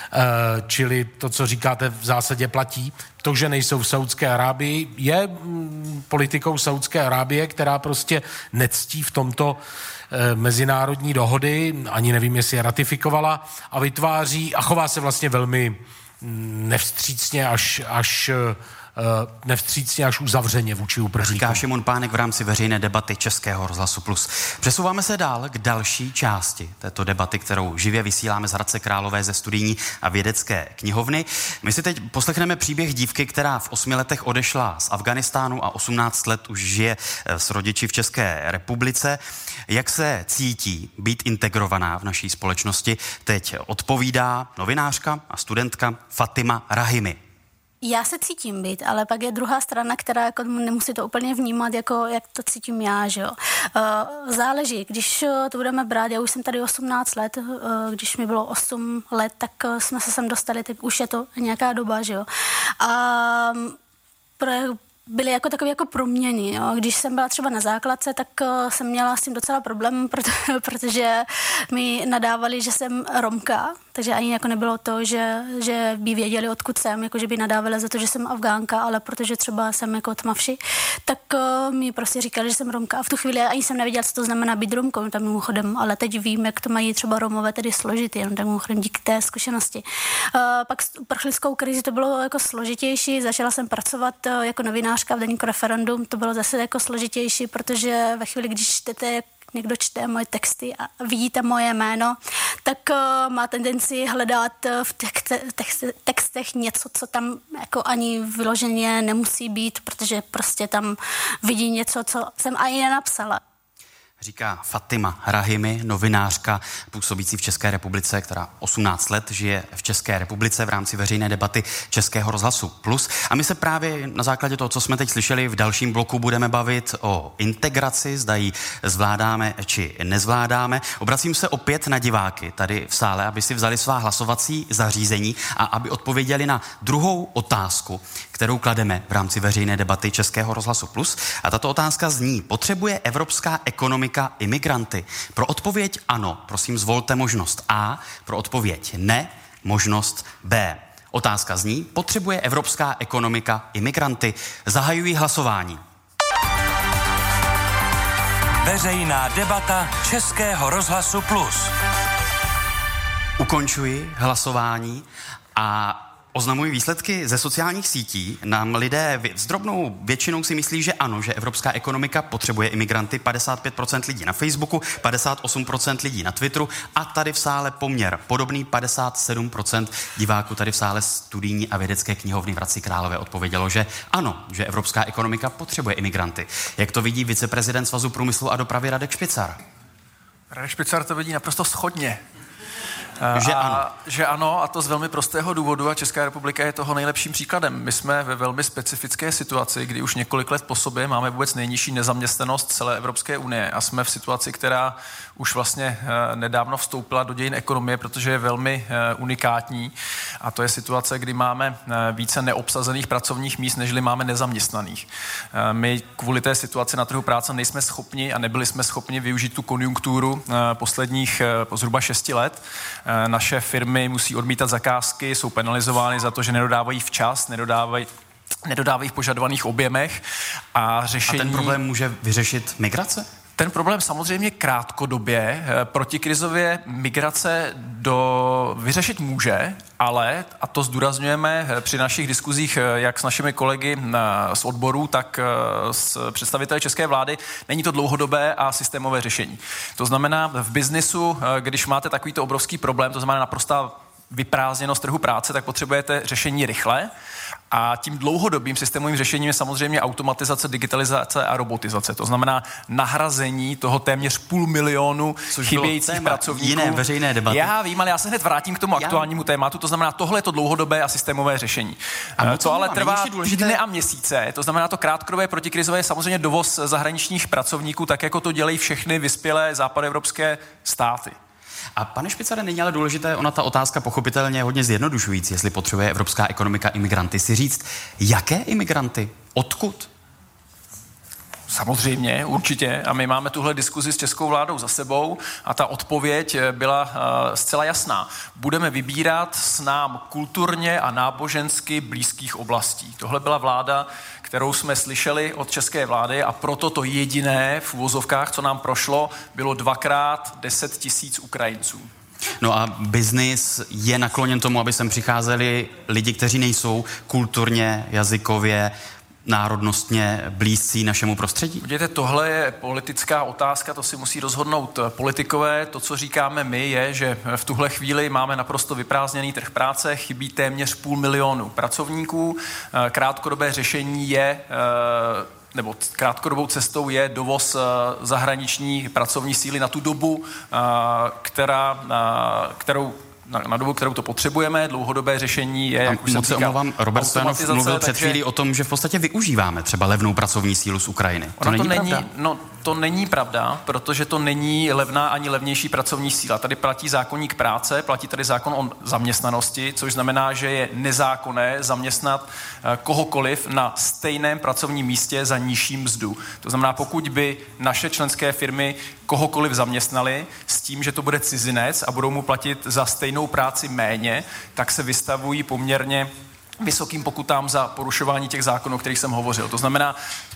[SPEAKER 3] Čili to, co říkáte, v zásadě platí. To, že nejsou v Saudské Arábii, je mm, politikou Saudské Arábie, která prostě nectí v tomto e, mezinárodní dohody, ani nevím, jestli je ratifikovala, a vytváří a chová se vlastně velmi mm, nevstřícně až, až Uh, nevstřícně až uzavřeně vůči uprchlíkům.
[SPEAKER 1] Říká Šimon Pánek v rámci veřejné debaty Českého rozhlasu Plus. Přesouváme se dál k další části této debaty, kterou živě vysíláme z Hradce Králové ze studijní a vědecké knihovny. My si teď poslechneme příběh dívky, která v osmi letech odešla z Afghánistánu a osmnáct let už žije s rodiči v České republice. Jak se cítí být integrovaná v naší společnosti, teď odpovídá novinářka a studentka Fatima Rahimi.
[SPEAKER 11] Já se cítím být, ale pak je druhá strana, která jako nemusí to úplně vnímat, jako jak to cítím já, že jo. Uh, záleží, když to budeme brát, já už jsem tady osmnáct let, uh, když mi bylo osm let, tak uh, jsme se sem dostali, tak už je to nějaká doba, že jo. A um, pro, byly jako takové jako proměny, jo. Když jsem byla třeba na základce, tak uh, jsem měla s tím docela problém, proto, protože mi nadávali, že jsem Romka, takže ani jako nebylo to, že, že by věděli, odkud jsem, jako že by nadávali za to, že jsem Afgánka, ale protože třeba jsem jako tmavší, tak uh, mi prostě říkali, že jsem Romka. A v tu chvíli ani jsem nevěděla, co to znamená být Romkou, tam mimochodem, ale teď vím, jak to mají třeba Romové tedy složitý, jenom tak mimochodem díky té zkušenosti. Uh, pak s uprchlickou krizi to bylo jako složitější, začala jsem pracovat uh, jako novinářka v Deníku Referendum, to bylo zase jako složitější, protože ve chvíli, když čtete, někdo čte moje texty a vidíte moje jméno, tak uh, má tendenci hledat uh, v těch te- text- textech něco, co tam jako ani vyloženě nemusí být, protože prostě tam vidí něco, co jsem ani nenapsala.
[SPEAKER 1] Říká Fatima Rahimi, novinářka působící v České republice, která osmnáct let žije v České republice v rámci veřejné debaty Českého rozhlasu Plus. A my se právě na základě toho, co jsme teď slyšeli, v dalším bloku budeme bavit o integraci, zda ji zvládáme či nezvládáme. Obracím se opět na diváky tady v sále, aby si vzali svá hlasovací zařízení a aby odpověděli na druhou otázku, kterou klademe v rámci veřejné debaty Českého rozhlasu Plus. A tato otázka zní: potřebuje evropská ekonomika imigranty? Pro odpověď ano, prosím, zvolte možnost A, pro odpověď ne, možnost B. Otázka zní: potřebuje evropská ekonomika imigranty? Zahajuji hlasování.
[SPEAKER 2] Veřejná debata Českého rozhlasu Plus.
[SPEAKER 1] Ukončuji hlasování a oznamují výsledky ze sociálních sítí. Nám lidé s drobnou většinou si myslí, že ano, že evropská ekonomika potřebuje imigranty. padesát pět procent lidí na Facebooku, padesát osm procent lidí na Twitteru a tady v sále poměr podobný, padesát sedm procent diváků tady v sále studijní a vědecké knihovny v Hradci Králové odpovědělo, že ano, že evropská ekonomika potřebuje imigranty. Jak to vidí viceprezident Svazu průmyslu a dopravy Radek Špicar?
[SPEAKER 8] Radek Špicar to vidí naprosto shodně.
[SPEAKER 1] Že
[SPEAKER 8] a,
[SPEAKER 1] ano.
[SPEAKER 8] Že ano, a to z velmi prostého důvodu a Česká republika je toho nejlepším příkladem. My jsme ve velmi specifické situaci, kdy už několik let po sobě máme vůbec nejnižší nezaměstnanost celé Evropské unie a jsme v situaci, která už vlastně nedávno vstoupila do dějin ekonomie, protože je velmi unikátní a to je situace, kdy máme více neobsazených pracovních míst, nežli máme nezaměstnaných. My kvůli té situaci na trhu práce nejsme schopni a nebyli jsme schopni využít tu konjunkturu posledních zhruba šesti let. Naše firmy musí odmítat zakázky, jsou penalizovány za to, že nedodávají včas, nedodávají nedodávají v požadovaných objemech a řešení...
[SPEAKER 1] A ten problém může vyřešit migrace?
[SPEAKER 8] Ten problém samozřejmě krátkodobě, protikrizově migrace do, vyřešit může, ale, a to zdůrazňujeme při našich diskuzích jak s našimi kolegy z odborů, tak s představiteli české vlády, není to dlouhodobé a systémové řešení. To znamená, v biznisu, když máte takovýto obrovský problém, to znamená naprostá vyprázdněnost trhu práce, tak potřebujete řešení rychle. A tím dlouhodobým systémovým řešením je samozřejmě automatizace, digitalizace a robotizace. To znamená nahrazení toho téměř půl milionu Což chybějících pracovníků.
[SPEAKER 1] Jiné veřejné debaty.
[SPEAKER 8] Já vím, ale já se hned vrátím k tomu já... aktuálnímu tématu. To znamená, tohle je to dlouhodobé a systémové řešení. A to ale trvá týdny a měsíce. To znamená, to krátkodobé protikrizové je samozřejmě dovoz zahraničních pracovníků, tak jako to dělají všechny vyspělé západoevropské státy.
[SPEAKER 1] A pane Špicare, není ale důležité, ona ta otázka pochopitelně je hodně zjednodušující, jestli potřebuje evropská ekonomika imigranty, si říct, jaké imigranty, odkud?
[SPEAKER 8] Samozřejmě, určitě. A my máme tuhle diskuzi s českou vládou za sebou a ta odpověď byla uh, zcela jasná. Budeme vybírat s nám kulturně a nábožensky blízkých oblastí. Tohle byla vláda, kterou jsme slyšeli od české vlády a proto to jediné v uvozovkách, co nám prošlo, bylo dvakrát deset tisíc Ukrajinců.
[SPEAKER 1] No a biznis je nakloněn tomu, aby sem přicházeli lidi, kteří nejsou kulturně, jazykově, národnostně blízcí našemu prostředí?
[SPEAKER 8] Vidíte, tohle je politická otázka, to si musí rozhodnout politikové. To, co říkáme my, je, že v tuhle chvíli máme naprosto vyprázdněný trh práce, chybí téměř půl milionu pracovníků. Krátkodobé řešení je, nebo krátkodobou cestou je dovoz zahraniční pracovní síly na tu dobu, která, kterou Na, na dobu, kterou to potřebujeme, dlouhodobé řešení je, jak už
[SPEAKER 1] moc se omlouvám, Robert Stojanov mluvil před
[SPEAKER 8] takže...
[SPEAKER 1] chvílí o tom, že v podstatě využíváme třeba levnou pracovní sílu z Ukrajiny. To není,
[SPEAKER 8] to není
[SPEAKER 1] pravda?
[SPEAKER 8] No, to není pravda, protože to není levná ani levnější pracovní síla. Tady platí zákoník práce, platí tady zákon o zaměstnanosti, což znamená, že je nezákonné zaměstnat kohokoliv na stejném pracovním místě za nižší mzdu. To znamená, pokud by naše členské firmy kohokoliv zaměstnali s tím, že to bude cizinec a budou mu platit za stejnou práci méně, tak se vystavují poměrně vysokým pokutám za porušování těch zákonů, o kterých jsem hovořil. To znamená,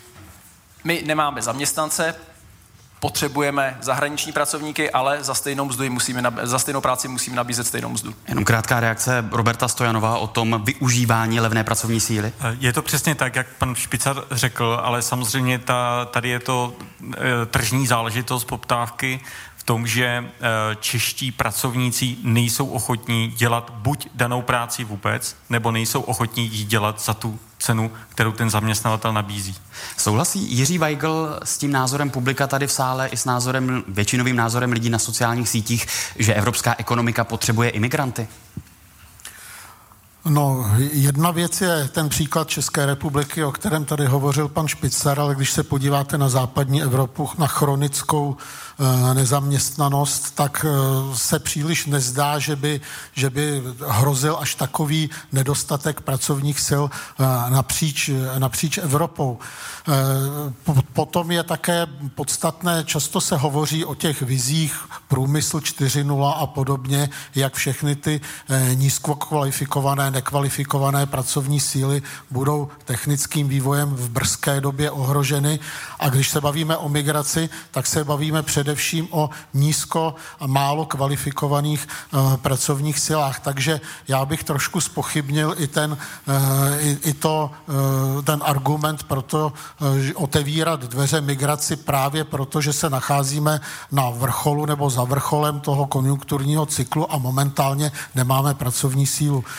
[SPEAKER 8] my nemáme zaměstnance, potřebujeme zahraniční pracovníky, ale za stejnou mzdu musíme nab- za stejnou práci musíme nabízet stejnou mzdu.
[SPEAKER 1] Jenom krátká reakce Roberta Stojanova o tom využívání levné pracovní síly.
[SPEAKER 5] Je to přesně tak, jak pan Špicar řekl, ale samozřejmě ta, tady je to e, tržní záležitost poptávky v tom, že e, čeští pracovníci nejsou ochotní dělat buď danou práci vůbec, nebo nejsou ochotní ji dělat za tu cenu, kterou ten zaměstnavatel nabízí.
[SPEAKER 1] Souhlasí Jiří Weigl s tím názorem publika tady v sále i s názorem, většinovým názorem lidí na sociálních sítích, že evropská ekonomika potřebuje imigranty?
[SPEAKER 6] No, jedna věc je ten příklad České republiky, o kterém tady hovořil pan Špicar, ale když se podíváte na západní Evropu, na chronickou e, nezaměstnanost, tak e, se příliš nezdá, že by, že by hrozil až takový nedostatek pracovních sil e, napříč, napříč Evropou. E, potom je také podstatné, často se hovoří o těch vizích průmysl čtyři tečka nula a podobně, jak všechny ty e, nízkokvalifikované nekvalifikované pracovní síly budou technickým vývojem v brzké době ohroženy. A když se bavíme o migraci, tak se bavíme především o nízko a málo kvalifikovaných uh, pracovních silách. Takže já bych trošku zpochybnil i ten, uh, i, i to, uh, ten argument pro to uh, otevírat dveře migraci právě proto, že se nacházíme na vrcholu nebo za vrcholem toho konjunkturního cyklu a momentálně nemáme pracovní sílu.
[SPEAKER 1] Na druhou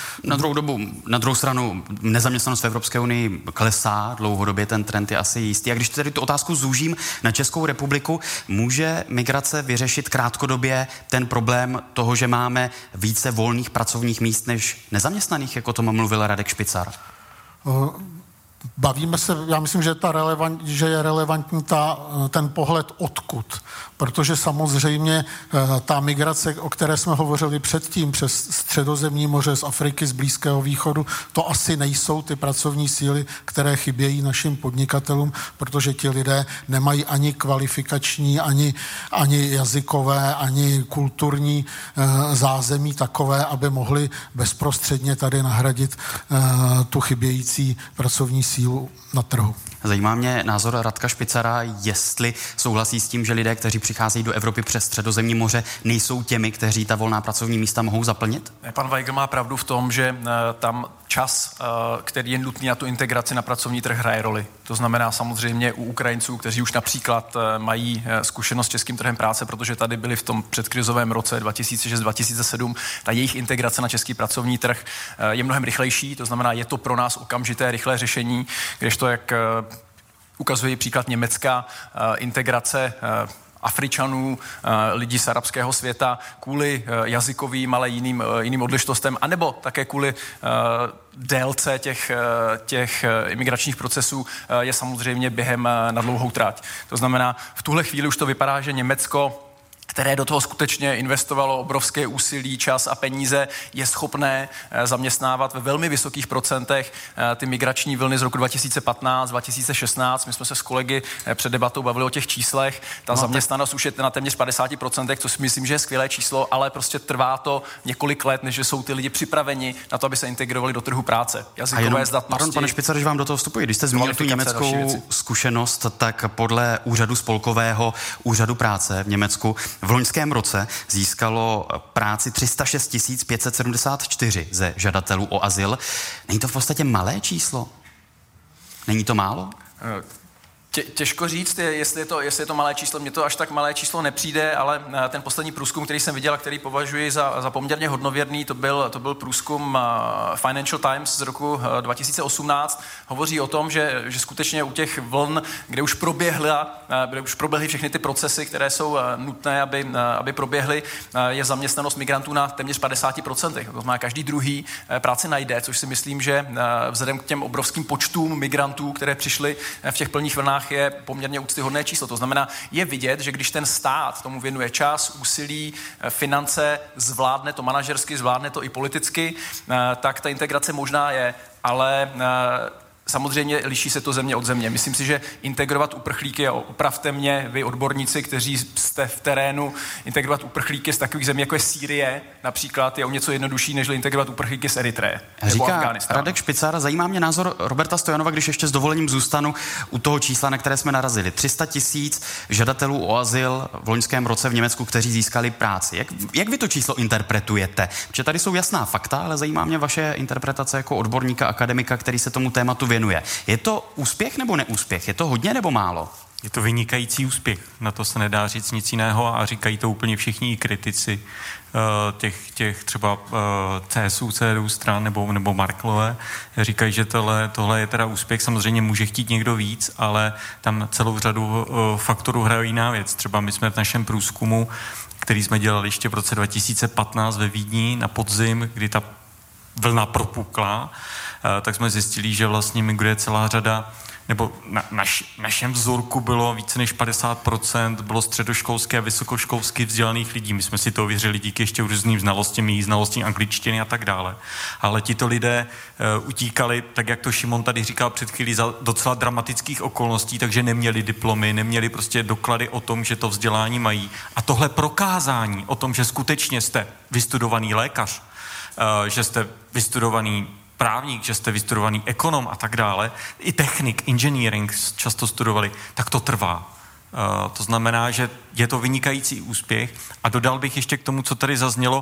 [SPEAKER 1] druhou dobu, na druhou stranu, nezaměstnanost v Evropské unii klesá, dlouhodobě ten trend je asi jistý. A když tedy tu otázku zúžím na Českou republiku, může migrace vyřešit krátkodobě ten problém toho, že máme více volných pracovních míst než nezaměstnaných, jako o tom mluvil Radek Špicar?
[SPEAKER 6] Uh... Bavíme se, já myslím, že, ta relevant, že je relevantní ta, ten pohled odkud, protože samozřejmě ta migrace, o které jsme hovořili předtím, přes Středozemní moře, z Afriky, z Blízkého východu, to asi nejsou ty pracovní síly, které chybějí našim podnikatelům, protože ti lidé nemají ani kvalifikační, ani, ani jazykové, ani kulturní zázemí takové, aby mohli bezprostředně tady nahradit tu chybějící pracovní sílu na trhu.
[SPEAKER 1] Zajímá mě názor Radka Špicara, jestli souhlasí s tím, že lidé, kteří přicházejí do Evropy přes Středozemní moře, nejsou těmi, kteří ta volná pracovní místa mohou zaplnit?
[SPEAKER 8] Pan Weigl má pravdu v tom, že uh, tam čas, uh, který je nutný na tu integraci na pracovní trh, hraje roli. To znamená samozřejmě u Ukrajinců, kteří už například uh, mají uh, zkušenost s českým trhem práce, protože tady byli v tom předkrizovém roce dva tisíce šest dva tisíce sedm, ta jejich integrace na český pracovní trh uh, je mnohem rychlejší, to znamená, je to pro nás okamžité rychlé řešení, kdežto jak uh, ukazuje příklad Německa, uh, integrace uh, Afričanů, lidí z arabského světa kvůli jazykovým, ale jiným, jiným odlišnostem, anebo také kvůli délce těch, těch imigračních procesů je samozřejmě během na dlouhou trať. To znamená, v tuhle chvíli už to vypadá, že Německo, které do toho skutečně investovalo obrovské úsilí, čas a peníze, je schopné zaměstnávat ve velmi vysokých procentech ty migrační vlny z roku dva tisíce patnáct dva tisíce šestnáct. My jsme se s kolegy před debatou bavili o těch číslech. Ta no, zaměstnanost tak... už je na téměř padesát procent, což si myslím, že je skvělé číslo, ale prostě trvá to několik let, než jsou ty lidi připraveni na to, aby se integrovali do trhu práce. Jazykové jenom, zdatnosti. Pardon, pane Špicar, když vám do toho vstupuji. Když jste zmínil tu německou zkušenost, tak podle úřadu spolkového úřadu práce v Německu v loňském roce získalo práci tři sta šest tisíc pět set sedmdesát čtyři ze žadatelů o azyl. Není to v podstatě malé číslo? Není to málo? Tě, těžko říct, jestli je, to, jestli je to malé číslo. Mně to až tak malé číslo nepřijde, ale ten poslední průzkum, který jsem viděl a který považuji za, za poměrně hodnověrný, to byl, to byl průzkum Financial Times z roku dva tisíce osmnáct. Hovoří o tom, že, že skutečně u těch vln, kde už proběhla, kde už proběhly všechny ty procesy, které jsou nutné, aby, aby proběhly, je zaměstnanost migrantů na téměř padesát procent. To znamená, každý druhý práci najde, což si myslím, že vzhledem k těm obrovským počtům migrantů, které přišly v těch plných vlnách, je poměrně úctyhodné číslo. To znamená, je vidět, že když ten stát tomu věnuje čas, úsilí, finance, zvládne to manažersky, zvládne to i politicky, tak ta integrace možná je, ale samozřejmě liší se to země od země. Myslím si, že integrovat uprchlíky, a opravte mě, vy odborníci, kteří jste v terénu, integrovat uprchlíky z takových zemí, jako je Sýrie, například, je o něco jednodušší, než integrovat uprchlíky z Eritreje.
[SPEAKER 1] Říká Radek Špicar, zajímá mě názor Roberta Stojanova, když ještě s dovolením zůstanu u toho čísla, na které jsme narazili. tři sta tisíc žadatelů o azyl v loňském roce v Německu, kteří získali práci. Jak, jak vy to číslo interpretujete? Protože tady jsou jasná fakta, ale zajímá mě vaše interpretace jako odborníka, akademika, který se tomu tématu věnuje. Je to úspěch nebo neúspěch? Je to hodně nebo málo?
[SPEAKER 5] Je to vynikající úspěch. Na to se nedá říct nic jiného a říkají to úplně všichni kritici uh, těch, těch třeba uh, C S U, C D U stran nebo, nebo Marklové. Říkají, že tohle, tohle je teda úspěch. Samozřejmě může chtít někdo víc, ale tam celou řadu uh, faktorů hrají jiná věc. Třeba my jsme v našem průzkumu, který jsme dělali ještě v roce dva tisíce patnáct ve Vídni na podzim, kdy ta vlna propukla, tak jsme zjistili, že vlastně migruje celá řada, nebo na naš, našem vzorku bylo více než padesát procent, bylo středoškolské a vysokoškolsky vzdělaných lidí. My jsme si to ověřili díky ještě různým znalostem, jejich znalostí angličtiny a tak dále. Ale tito lidé uh, utíkali, tak jak to Šimon tady říkal před chvílí, za docela dramatických okolností, takže neměli diplomy, neměli prostě doklady o tom, že to vzdělání mají. A tohle prokázání o tom, že skutečně jste vystudovaný lékař, uh, že jste vystudovaný právník, že jste vystudovaný ekonom a tak dále, i technik, engineering často studovali, tak to trvá. Uh, to znamená, že je to vynikající úspěch a dodal bych ještě k tomu, co tady zaznělo.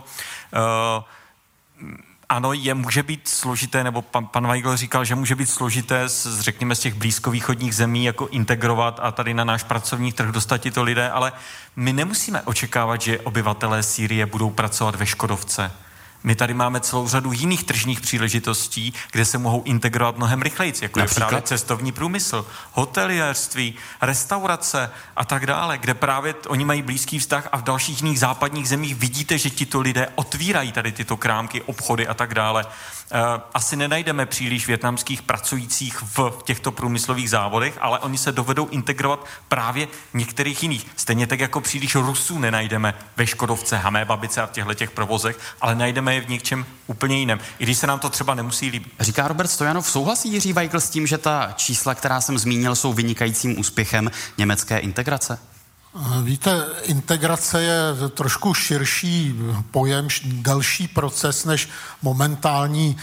[SPEAKER 5] Uh, ano, je, může být složité, nebo pan, pan Weigl říkal, že může být složité, z, řekněme, z těch blízkovýchodních zemí, jako integrovat a tady na náš pracovní trh dostat tyto lidé, ale my nemusíme očekávat, že obyvatelé Sýrie budou pracovat ve Škodovce. My tady máme celou řadu jiných tržních příležitostí, kde se mohou integrovat mnohem rychleji, jako například je právě cestovní průmysl, hoteliérství, restaurace a tak dále, kde právě oni mají blízký vztah a v dalších jiných západních zemích vidíte, že tito lidé otvírají tady tyto krámky, obchody a tak dále. Asi nenajdeme příliš vietnamských pracujících v těchto průmyslových závodech, ale oni se dovedou integrovat právě některých jiných. Stejně tak jako příliš Rusů nenajdeme ve Škodovce, Hamé babice a v těchto těch provozech, ale najdeme je v něčem úplně jiném, i když se nám to třeba nemusí líbit.
[SPEAKER 1] Říká Robert Stojanov, souhlasí Jiří Weigl s tím, že ta čísla, která jsem zmínil, jsou vynikajícím úspěchem německé integrace?
[SPEAKER 6] Víte, integrace je trošku širší pojem, delší proces než momentální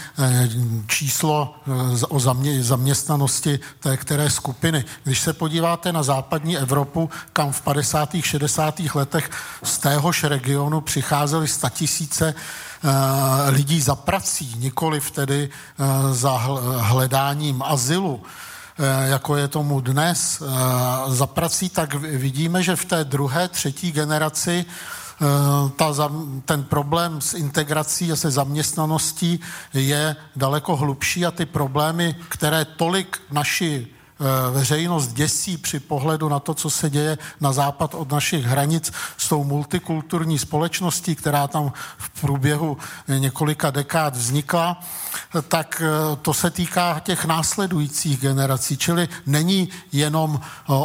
[SPEAKER 6] číslo o zaměstnanosti té které skupiny. Když se podíváte na západní Evropu, kam v padesátých šedesátých letech z téhož regionu přicházely statisíce lidí za prací, nikoliv tedy za hledáním azylu, jako je tomu dnes, za prací, tak vidíme, že v té druhé, třetí generaci ta, ten problém s integrací a se zaměstnaností je daleko hlubší a ty problémy, které tolik naši veřejnost děsí při pohledu na to, co se děje na západ od našich hranic s tou multikulturní společností, která tam v průběhu několika dekád vznikla, tak to se týká těch následujících generací. Čili není jenom,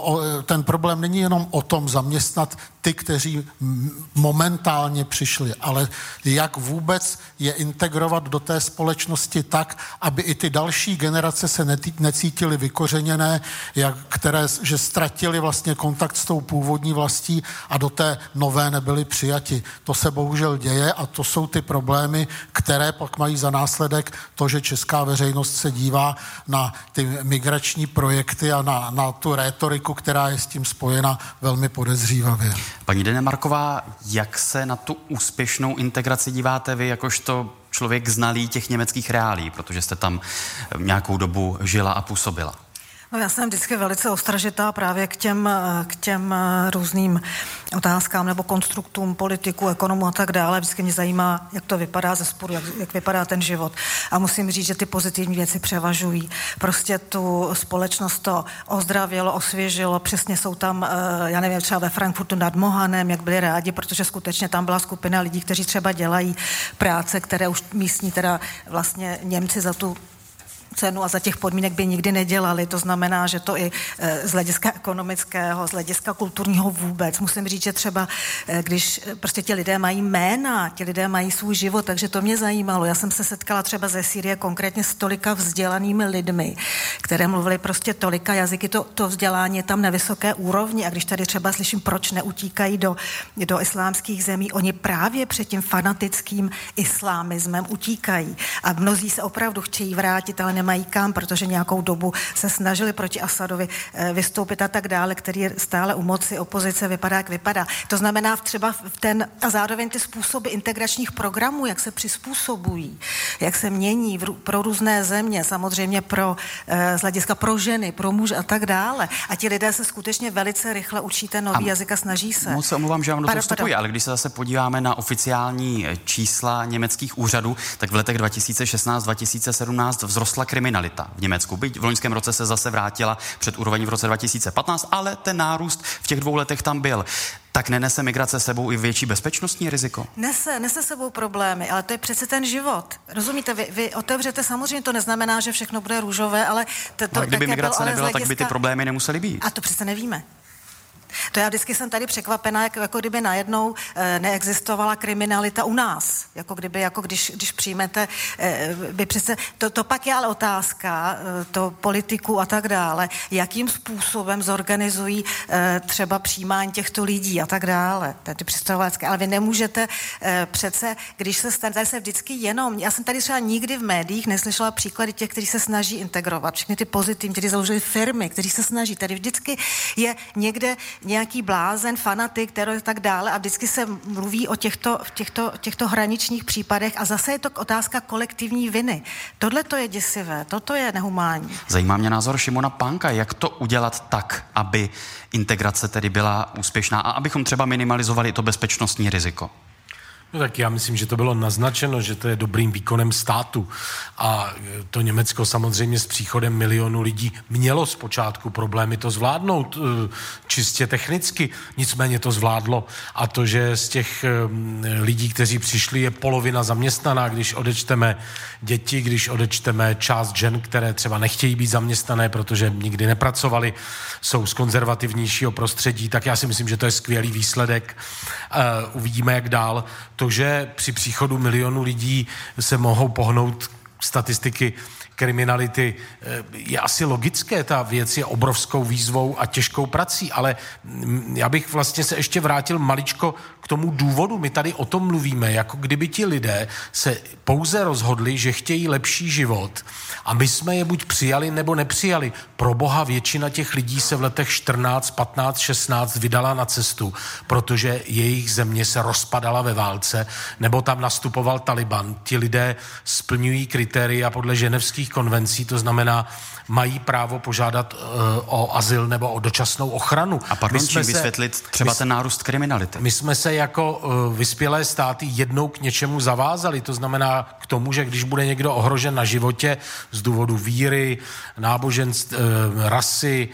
[SPEAKER 6] ten problém není jenom o tom zaměstnat ty, kteří momentálně přišli, ale jak vůbec je integrovat do té společnosti tak, aby i ty další generace se necítily vykořeněné, jak, které, že ztratili vlastně kontakt s tou původní vlastí a do té nové nebyli přijati. To se bohužel děje a to jsou ty problémy, které pak mají za následek to, že česká veřejnost se dívá na ty migrační projekty a na, na tu rétoriku, která je s tím spojena velmi podezřívavě.
[SPEAKER 1] Paní Denemarková, jak se na tu úspěšnou integraci díváte vy, jakožto člověk znalý těch německých reálí, protože jste tam nějakou dobu žila a působila?
[SPEAKER 7] No já jsem vždycky velice ostražitá právě k těm, k těm různým otázkám nebo konstruktům politiků, ekonomů a tak dále. Vždycky mě zajímá, jak to vypadá ze spodu, jak, jak vypadá ten život. A musím říct, že ty pozitivní věci převažují. Prostě tu společnost to ozdravilo, osvěžilo. Přesně jsou tam, já nevím, třeba ve Frankfurtu nad Mohanem, jak byli rádi, protože skutečně tam byla skupina lidí, kteří třeba dělají práce, které už místní teda vlastně Němci za tu cenu a za těch podmínek by nikdy nedělali. To znamená, že to i z hlediska ekonomického, z hlediska kulturního vůbec. Musím říct, že třeba když prostě ti lidé mají jména, ti lidé mají svůj život, takže to mě zajímalo. Já jsem se setkala třeba ze Sýrie konkrétně s tolika vzdělanými lidmi, které mluvili prostě tolika jazyky. To, to vzdělání je tam na vysoké úrovni a když tady třeba slyším, proč neutíkají do, do islámských zemí, oni právě před tím fanatickým islámismem utíkají. A mnozí se opravdu chtějí vrátit, ale nemají kam, protože nějakou dobu se snažili proti Asadovi vystoupit a tak dále, který je stále u moci, opozice vypadá, jak vypadá. To znamená třeba v ten, a zároveň ty způsoby integračních programů, jak se přizpůsobují, jak se mění v, pro různé země, samozřejmě pro, z hlediska pro ženy, pro muže a tak dále. A ti lidé se skutečně velice rychle učí ten nový a jazyk a snaží se.
[SPEAKER 1] Moc se omluvám, že vám do toho vstupuji, ale když se zase podíváme na oficiální čísla německých úřadů, tak v letech dva tisíce šestnáct dva tisíce sedmnáct vzrostla kriminalita v Německu. Byť v loňském roce se zase vrátila před úroveň v roce dva tisíce patnáct, ale ten nárůst v těch dvou letech tam byl. Tak nenese migrace sebou i větší bezpečnostní riziko?
[SPEAKER 7] Nese, nese sebou problémy, ale to je přece ten život. Rozumíte, vy, vy otevřete, samozřejmě to neznamená, že všechno bude růžové, ale... To, to,
[SPEAKER 1] ale kdyby migrace
[SPEAKER 7] byl,
[SPEAKER 1] nebyla,
[SPEAKER 7] hlediska...
[SPEAKER 1] tak by ty problémy nemusely být.
[SPEAKER 7] A to přece nevíme. To já vždycky jsem tady překvapená, jako, jako kdyby najednou e, neexistovala kriminalita u nás. Jako kdyby, jako když, když přijmete, e, by přece, to, to pak je ale otázka, e, to politiků a tak dále, jakým způsobem zorganizují e, třeba přijímání těchto lidí a tak dále. Ty představovacké, ale vy nemůžete e, přece, když se stane, tady se vždycky jenom, já jsem tady třeba nikdy v médiích neslyšela příklady těch, kteří se snaží integrovat, všechny ty pozitivní, kteří založili firmy, kteří se snaží. Tady vždycky je někde nějaký blázen, fanatik, který tak dále a vždycky se mluví o těchto, těchto, těchto hraničních případech a zase je to otázka kolektivní viny. Tohle to je děsivé, toto je nehumánní.
[SPEAKER 1] Zajímá mě názor Šimona Pánka, jak to udělat tak, aby integrace tedy byla úspěšná a abychom třeba minimalizovali to bezpečnostní riziko.
[SPEAKER 3] No tak já myslím, že to bylo naznačeno, že to je dobrým výkonem státu. A to Německo samozřejmě s příchodem milionu lidí mělo zpočátku problémy to zvládnout čistě technicky, nicméně to zvládlo. A to, že z těch lidí, kteří přišli, je polovina zaměstnaná, když odečteme děti, když odečteme část žen, které třeba nechtějí být zaměstnané, protože nikdy nepracovali, jsou z konzervativnějšího prostředí, tak já si myslím, že to je skvělý výsledek. Uvidíme, jak dál. To, že při příchodu milionu lidí se mohou pohnout statistiky kriminality, je asi logické, ta věc je obrovskou výzvou a těžkou prací, ale já bych vlastně se ještě vrátil maličko k tomu důvodu. My tady o tom mluvíme, jako kdyby ti lidé se pouze rozhodli, že chtějí lepší život a my jsme je buď přijali nebo nepřijali. Pro boha většina těch lidí se v letech čtrnáct, patnáct, šestnáct vydala na cestu, protože jejich země se rozpadala ve válce, nebo tam nastupoval Taliban. Ti lidé splňují kritéria podle ženevských konvencí, to znamená, mají právo požádat uh, o azyl nebo o dočasnou ochranu.
[SPEAKER 1] A pardon, čím vysvětlit třeba ten nárůst kriminality?
[SPEAKER 3] My jsme se jako uh, vyspělé státy jednou k něčemu zavázali, to znamená k tomu, že když bude někdo ohrožen na životě z důvodu víry, náboženství, uh, rasy,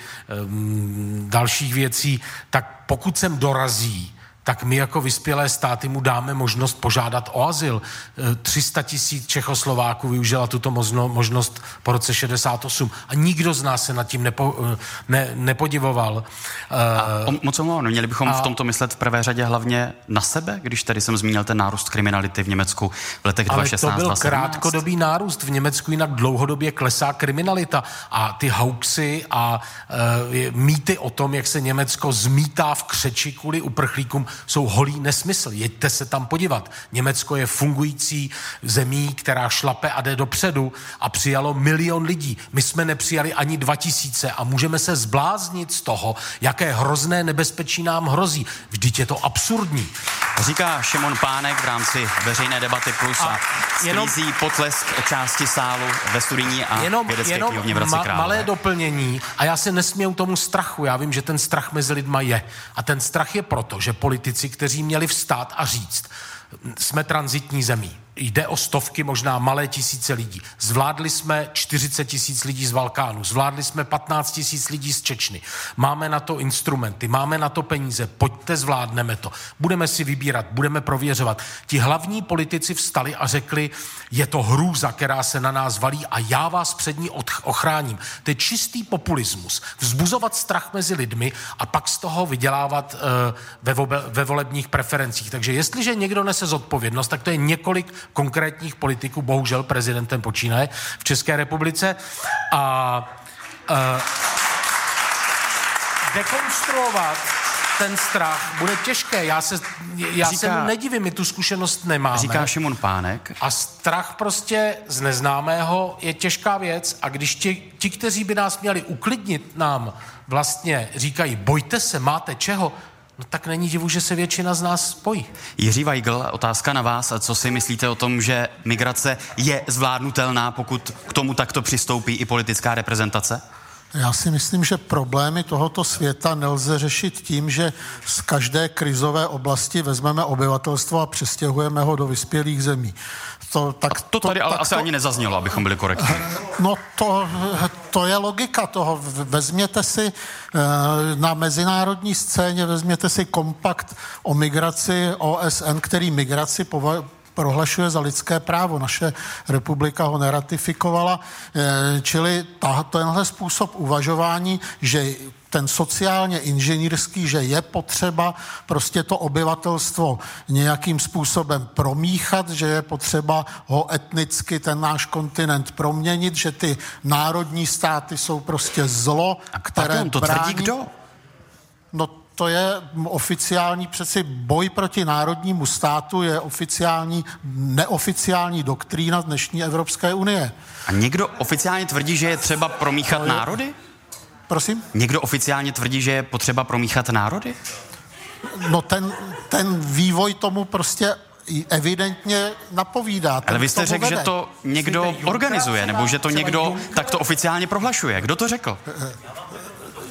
[SPEAKER 3] um, dalších věcí, tak pokud sem dorazí, tak my jako vyspělé státy mu dáme možnost požádat o azyl. tři sta tisíc Čechoslováků využila tuto možno, možnost po roce šedesát osm a nikdo z nás se nad tím nepo, ne, nepodivoval.
[SPEAKER 1] A moc omlouvám, měli bychom a, v tomto myslet v prvé řadě hlavně na sebe, když tady jsem zmínil ten nárůst kriminality v Německu v letech dva tisíce šestnáct.
[SPEAKER 3] Ale to byl krátkodobý nárůst. V Německu jinak dlouhodobě klesá kriminalita a ty hoaxy a uh, mýty o tom, jak se Německo zmítá v křeči kvůli uprchlíkům, jsou holý nesmysl. Jeďte se tam podívat. Německo je fungující zemí, která šlape a jde dopředu a přijalo milion lidí. My jsme nepřijali ani dva tisíce a můžeme se zbláznit z toho, jaké hrozné nebezpečí nám hrozí. Vždyť je to absurdní.
[SPEAKER 1] Říká Šimon Pánek v rámci veřejné debaty plus a, a sklízí potlesk části sálu ve studijní a
[SPEAKER 3] jenom,
[SPEAKER 1] vědecké
[SPEAKER 3] jenom
[SPEAKER 1] knihovně v Hradci Králové.
[SPEAKER 3] Malé doplnění a já se nesměju tomu strachu. Já vím, že ten strach mezi lidma je. A ten strach je proto, že politici, kteří měli vstát a říct, jsme tranzitní zemí. Jde o stovky, možná malé tisíce lidí. Zvládli jsme čtyřicet tisíc lidí z Balkánu, zvládli jsme patnáct tisíc lidí z Čečny. Máme na to instrumenty, máme na to peníze, pojďte, zvládneme to. Budeme si vybírat, budeme prověřovat. Ti hlavní politici vstali a řekli, je to hrůza, která se na nás valí a já vás před ní ochráním. To je čistý populismus. Vzbuzovat strach mezi lidmi a pak z toho vydělávat uh, ve, vo- ve volebních preferencích. Takže jestliže někdo nese zodpovědnost, tak to je několik konkrétních politiků, bohužel prezidentem počínaje v České republice a uh, dekonstruovat ten strach bude těžké. Já se, já říká, se mu nedivím, my tu zkušenost nemáme.
[SPEAKER 1] Říká Šimon Pánek.
[SPEAKER 3] A strach prostě z neznámého je těžká věc a když ti, ti, kteří by nás měli uklidnit, nám vlastně říkají, bojte se, máte čeho, no tak není divu, že se většina z nás spojí.
[SPEAKER 1] Jiří Weigl, otázka na vás. Co si myslíte o tom, že migrace je zvládnutelná, pokud k tomu takto přistoupí i politická reprezentace?
[SPEAKER 6] Já si myslím, že problémy tohoto světa nelze řešit tím, že z každé krizové oblasti vezmeme obyvatelstvo a přestěhujeme ho do vyspělých zemí. To, tak,
[SPEAKER 1] to tady to, ale asi to, ani nezaznělo, abychom byli korektní.
[SPEAKER 6] No to, to je logika toho. Vezměte si na mezinárodní scéně, vezměte si kompakt o migraci O S N, který migraci pova- prohlašuje za lidské právo. Naše republika ho neratifikovala, čili tenhle způsob uvažování, že ten sociálně inženýrský, že je potřeba prostě to obyvatelstvo nějakým způsobem promíchat, že je potřeba ho etnicky ten náš kontinent proměnit, že ty národní státy jsou prostě zlo,
[SPEAKER 1] a
[SPEAKER 6] které
[SPEAKER 1] pardon, to
[SPEAKER 6] brání...
[SPEAKER 1] tvrdí kdo?
[SPEAKER 6] No to je oficiální, přeci boj proti národnímu státu je oficiální, neoficiální doktrína dnešní Evropské unie.
[SPEAKER 1] A někdo oficiálně tvrdí, že je třeba promíchat je... národy?
[SPEAKER 6] Prosím?
[SPEAKER 1] Někdo oficiálně tvrdí, že je potřeba promíchat národy?
[SPEAKER 6] No ten, ten vývoj tomu prostě evidentně napovídá.
[SPEAKER 1] Ale vy jste řekl, že to někdo organizuje, nebo že to někdo takto oficiálně prohlašuje. Kdo to řekl?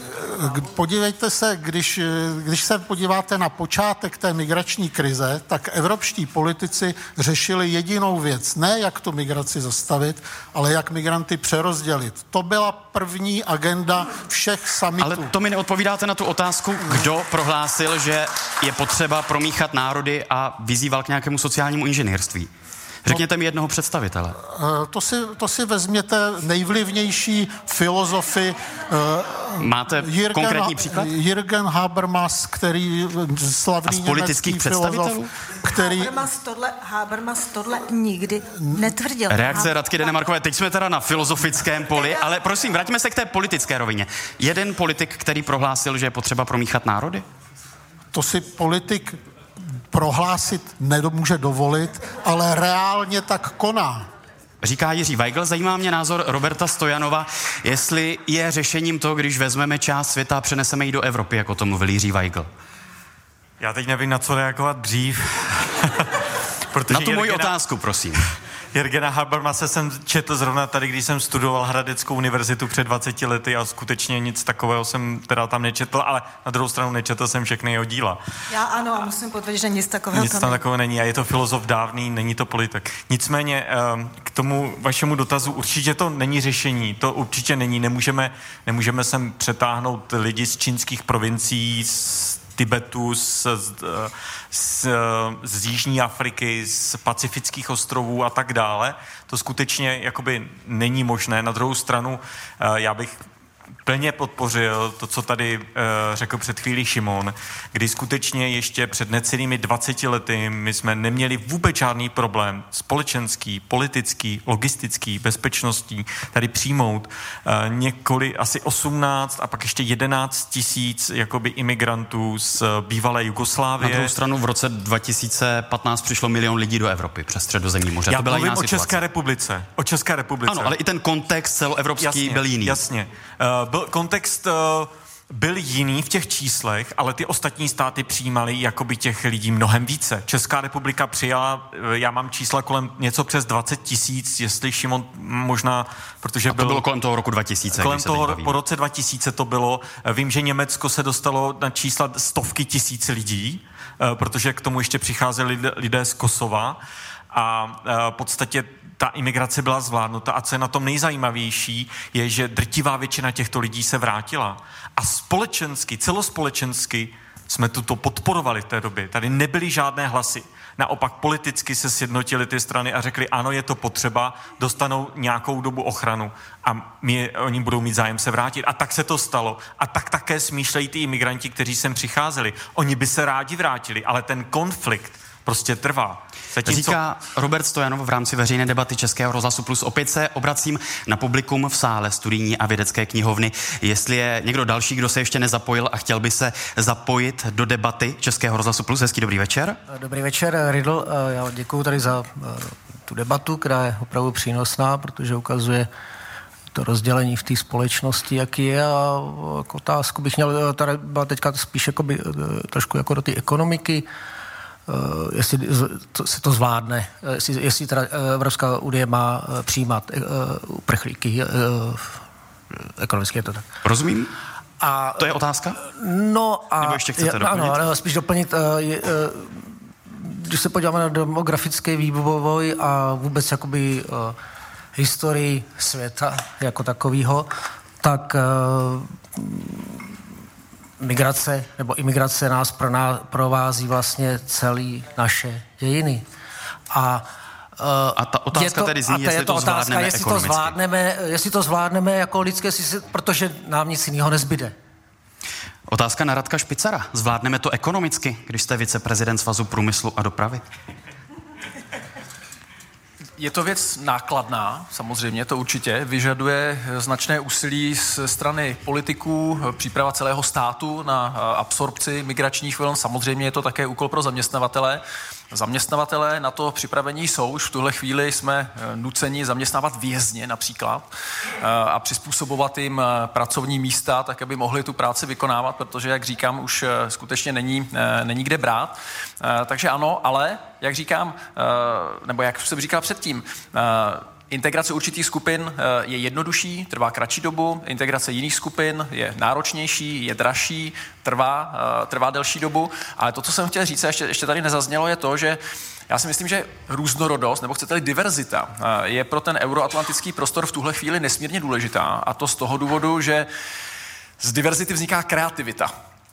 [SPEAKER 6] Podívejte se, když, když se podíváte na počátek té migrační krize, tak evropští politici řešili jedinou věc. Ne jak tu migraci zastavit, ale jak migranty přerozdělit. To byla první agenda všech summitů.
[SPEAKER 1] Ale to mi neodpovídáte na tu otázku, kdo prohlásil, že je potřeba promíchat národy a vyzýval k nějakému sociálnímu inženýrství. Řekněte mi jednoho představitele.
[SPEAKER 6] To si, to si vezměte nejvlivnější filozofy.
[SPEAKER 1] Máte
[SPEAKER 6] Jürgen,
[SPEAKER 1] konkrétní příklad?
[SPEAKER 6] Jürgen Habermas, který slavný německý filozof, který...
[SPEAKER 7] Habermas tohle, Habermas tohle nikdy netvrdil.
[SPEAKER 1] Reakce Radky Denemarkové. Teď jsme teda na filozofickém poli, ale prosím, vraťme se k té politické rovině. Jeden politik, který prohlásil, že je potřeba promíchat národy?
[SPEAKER 6] To si politik prohlásit nemůže dovolit, ale reálně tak koná.
[SPEAKER 1] Říká Jiří Weigl. Zajímá mě názor Roberta Stojanova, jestli je řešením to, když vezmeme část světa a přeneseme ji do Evropy, jako to mluvil Jiří Weigl.
[SPEAKER 5] Já teď nevím, na co reagovat dřív.
[SPEAKER 1] Na tu moji otázku, prosím.
[SPEAKER 5] Jürgena Habermase jsem četl zrovna tady, když jsem studoval Hradeckou univerzitu před dvaceti lety a skutečně nic takového jsem teda tam nečetl, ale na druhou stranu nečetl jsem všechny jeho díla.
[SPEAKER 7] Já ano, a musím potvrdit, že nic takového
[SPEAKER 5] Nic tam takového není a je to filozof dávný, není to politik. Nicméně k tomu vašemu dotazu určitě to není řešení, to určitě není, nemůžeme, nemůžeme sem přetáhnout lidi z čínských provincií, z Tibetu, z, z, z Jižní Afriky, z Pacifických ostrovů a tak dále. To skutečně jakoby není možné. Na druhou stranu já bych plně podpořil to, co tady uh, řekl před chvílí Šimon, kdy skutečně ještě před necelými dvaceti lety my jsme neměli vůbec žádný problém společenský, politický, logistický, bezpečnostní, tady přijmout uh, několik, asi osmnáct a pak ještě jedenáct tisíc jakoby imigrantů z bývalé Jugoslávie.
[SPEAKER 1] Na druhou stranu v roce dva tisíce patnáct přišlo milion lidí do Evropy přes Středozemní moře.
[SPEAKER 5] Já
[SPEAKER 1] to byla
[SPEAKER 5] mluvím
[SPEAKER 1] jiná
[SPEAKER 5] o
[SPEAKER 1] situace.
[SPEAKER 5] České republice. O České republice.
[SPEAKER 1] Ano, ale i ten kontext celoevropský
[SPEAKER 5] jasně,
[SPEAKER 1] byl jiný.
[SPEAKER 5] Jasně. Uh, byl, kontext uh, byl jiný v těch číslech, ale ty ostatní státy přijímaly jakoby těch lidí mnohem více. Česká republika přijala, já mám čísla kolem něco přes dvacet tisíc, jestli Šimon možná, protože
[SPEAKER 1] A to
[SPEAKER 5] byl,
[SPEAKER 1] bylo kolem toho roku dva tisíce.
[SPEAKER 5] Kolem toho, po roce dva tisíce to bylo. Vím, že Německo se dostalo na čísla stovky tisíc lidí, protože k tomu ještě přicházeli lidé, lidé z Kosova a v podstatě ta imigrace byla zvládnuta a co je na tom nejzajímavější, je, že drtivá většina těchto lidí se vrátila. A společensky, celospolečensky jsme tuto podporovali v té době. Tady nebyly žádné hlasy. Naopak politicky se sjednotily ty strany a řekli, ano, je to potřeba, dostanou nějakou dobu ochranu a my, oni budou mít zájem se vrátit. A tak se to stalo. A tak také smýšlejí ty imigranti, kteří sem přicházeli. Oni by se rádi vrátili, ale ten konflikt prostě trvá. Zatímco...
[SPEAKER 1] Říká Robert Stojanov v rámci veřejné debaty Českého rozhlasu Plus. Opět se obracím na publikum v sále studijní a vědecké knihovny. Jestli je někdo další, kdo se ještě nezapojil a chtěl by se zapojit do debaty Českého rozhlasu Plus. Hezký dobrý večer.
[SPEAKER 12] Dobrý večer, Riddle. Já děkuji tady za tu debatu, která je opravdu přínosná, protože ukazuje to rozdělení v té společnosti, jaký je, a k otázku bych měl, tady byla teďka spíš jakoby, trošku jako do té ekonomiky. Uh, jestli to, se to zvládne, jestli, jestli teda Evropská unie má uh, přijímat uh, uprchlíky. Uh, ekonomicky je to tak.
[SPEAKER 1] Rozumím.
[SPEAKER 12] A,
[SPEAKER 1] to je otázka?
[SPEAKER 12] No a...
[SPEAKER 1] Nebo ještě chcete doplnit?
[SPEAKER 12] Ano, ale spíš doplnit. Uh, je, uh, když se podíváme na demografický vývoj a vůbec jakoby uh, historii světa jako takového, tak uh, migrace nebo imigrace nás pro nás provází vlastně celý naše dějiny. A, uh,
[SPEAKER 1] a ta otázka
[SPEAKER 12] to,
[SPEAKER 1] tedy zní,
[SPEAKER 12] a
[SPEAKER 1] jestli to,
[SPEAKER 12] to otázka,
[SPEAKER 1] zvládneme
[SPEAKER 12] jestli to zvládneme, jestli to zvládneme jako lidské, protože nám nic jiného nezbyde.
[SPEAKER 1] Otázka na Radka Špicara. Zvládneme to ekonomicky, když jste viceprezident Svazu průmyslu a dopravy?
[SPEAKER 8] Je to věc nákladná, samozřejmě, to určitě. Vyžaduje značné úsilí ze strany politiků, příprava celého státu na absorpci migračních vln. Samozřejmě je to také úkol pro zaměstnavatele. Zaměstnavatelé na to připravení jsou. Už v tuhle chvíli jsme nuceni zaměstnávat vězně například a přizpůsobovat jim pracovní místa, tak aby mohli tu práci vykonávat, protože, jak říkám, už skutečně není, není kde brát. Takže ano, ale, jak říkám, nebo jak jsem říkal předtím, integrace určitých skupin je jednodušší, trvá kratší dobu, integrace jiných skupin je náročnější, je dražší, trvá, trvá delší dobu, ale to, co jsem chtěl říct, ještě, ještě tady nezaznělo, je to, že já si myslím, že různorodost, nebo chcete-li diverzita, je pro ten euroatlantický prostor v tuhle chvíli nesmírně důležitá, a to z toho důvodu, že z diverzity vzniká kreativita.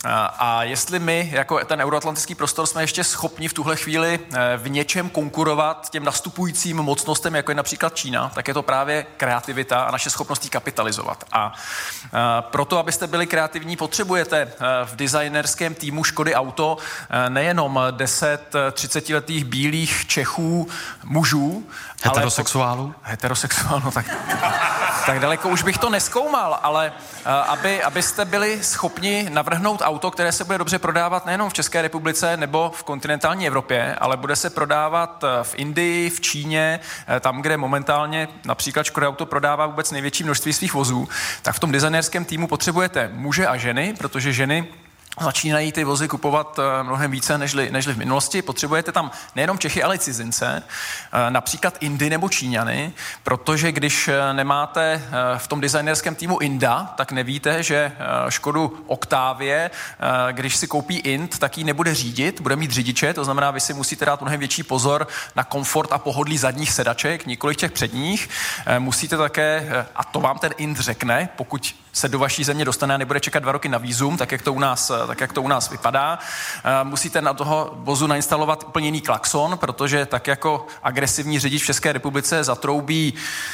[SPEAKER 8] A jestli my, jako ten euroatlantický prostor, jsme ještě schopni v tuhle chvíli v něčem konkurovat těm nastupujícím mocnostem, jako je například Čína, tak je to právě kreativita a naše schopnost ji kapitalizovat. A proto, abyste byli kreativní, potřebujete v designerském týmu Škody Auto nejenom deset třicetiletých bílých Čechů mužů,
[SPEAKER 1] heterosexuálů?
[SPEAKER 8] Ale heterosexuálů, no tak, tak daleko už bych to nezkoumal, ale aby, abyste byli schopni navrhnout auto, které se bude dobře prodávat nejenom v České republice nebo v kontinentální Evropě, ale bude se prodávat v Indii, v Číně, tam, kde momentálně například Škoda Auto prodává vůbec největší množství svých vozů, tak v tom designérském týmu potřebujete muže a ženy, protože ženy začínají ty vozy kupovat mnohem více nežli, nežli v minulosti. Potřebujete tam nejenom Čechy, ale i cizince, například Indy nebo Číňany, protože když nemáte v tom designerském týmu Inda, tak nevíte, že Škodu Octavie, když si koupí Ind, tak ji nebude řídit, bude mít řidiče, to znamená, vy si musíte dát mnohem větší pozor na komfort a pohodlí zadních sedaček, nikoliv těch předních. Musíte také, a to vám ten Ind řekne, pokud se do vaší země dostane a nebude čekat dva roky na vízum, tak jak to u nás, tak jak to u nás vypadá. Musíte na toho vozu nainstalovat úplně jiný klakson, protože tak jako agresivní řidič v České republice zatroubí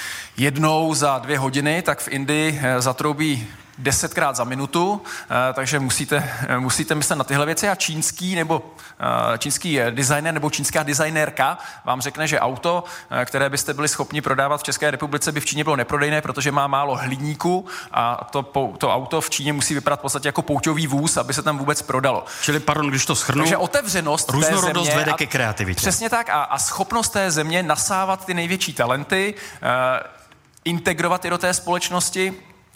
[SPEAKER 8] jednou za dvě hodiny, tak v Indii zatroubí desetkrát za minutu, takže musíte, musíte myslet na tyhle věci a čínský nebo čínský designer nebo čínská designérka vám řekne, že auto, které byste byli schopni prodávat v České republice, by v Číně bylo neprodejné, protože má málo hliníku a to, to auto v Číně musí vypadat v podstatě jako pouťový vůz, aby se tam vůbec prodalo.
[SPEAKER 1] Čili, pardon, když to shrnu,
[SPEAKER 8] takže otevřenost
[SPEAKER 1] různorodost
[SPEAKER 8] té země
[SPEAKER 1] vede ke kreativitě.
[SPEAKER 8] Přesně tak a, a schopnost té země nasávat ty největší talenty, uh, integrovat je do té společnosti,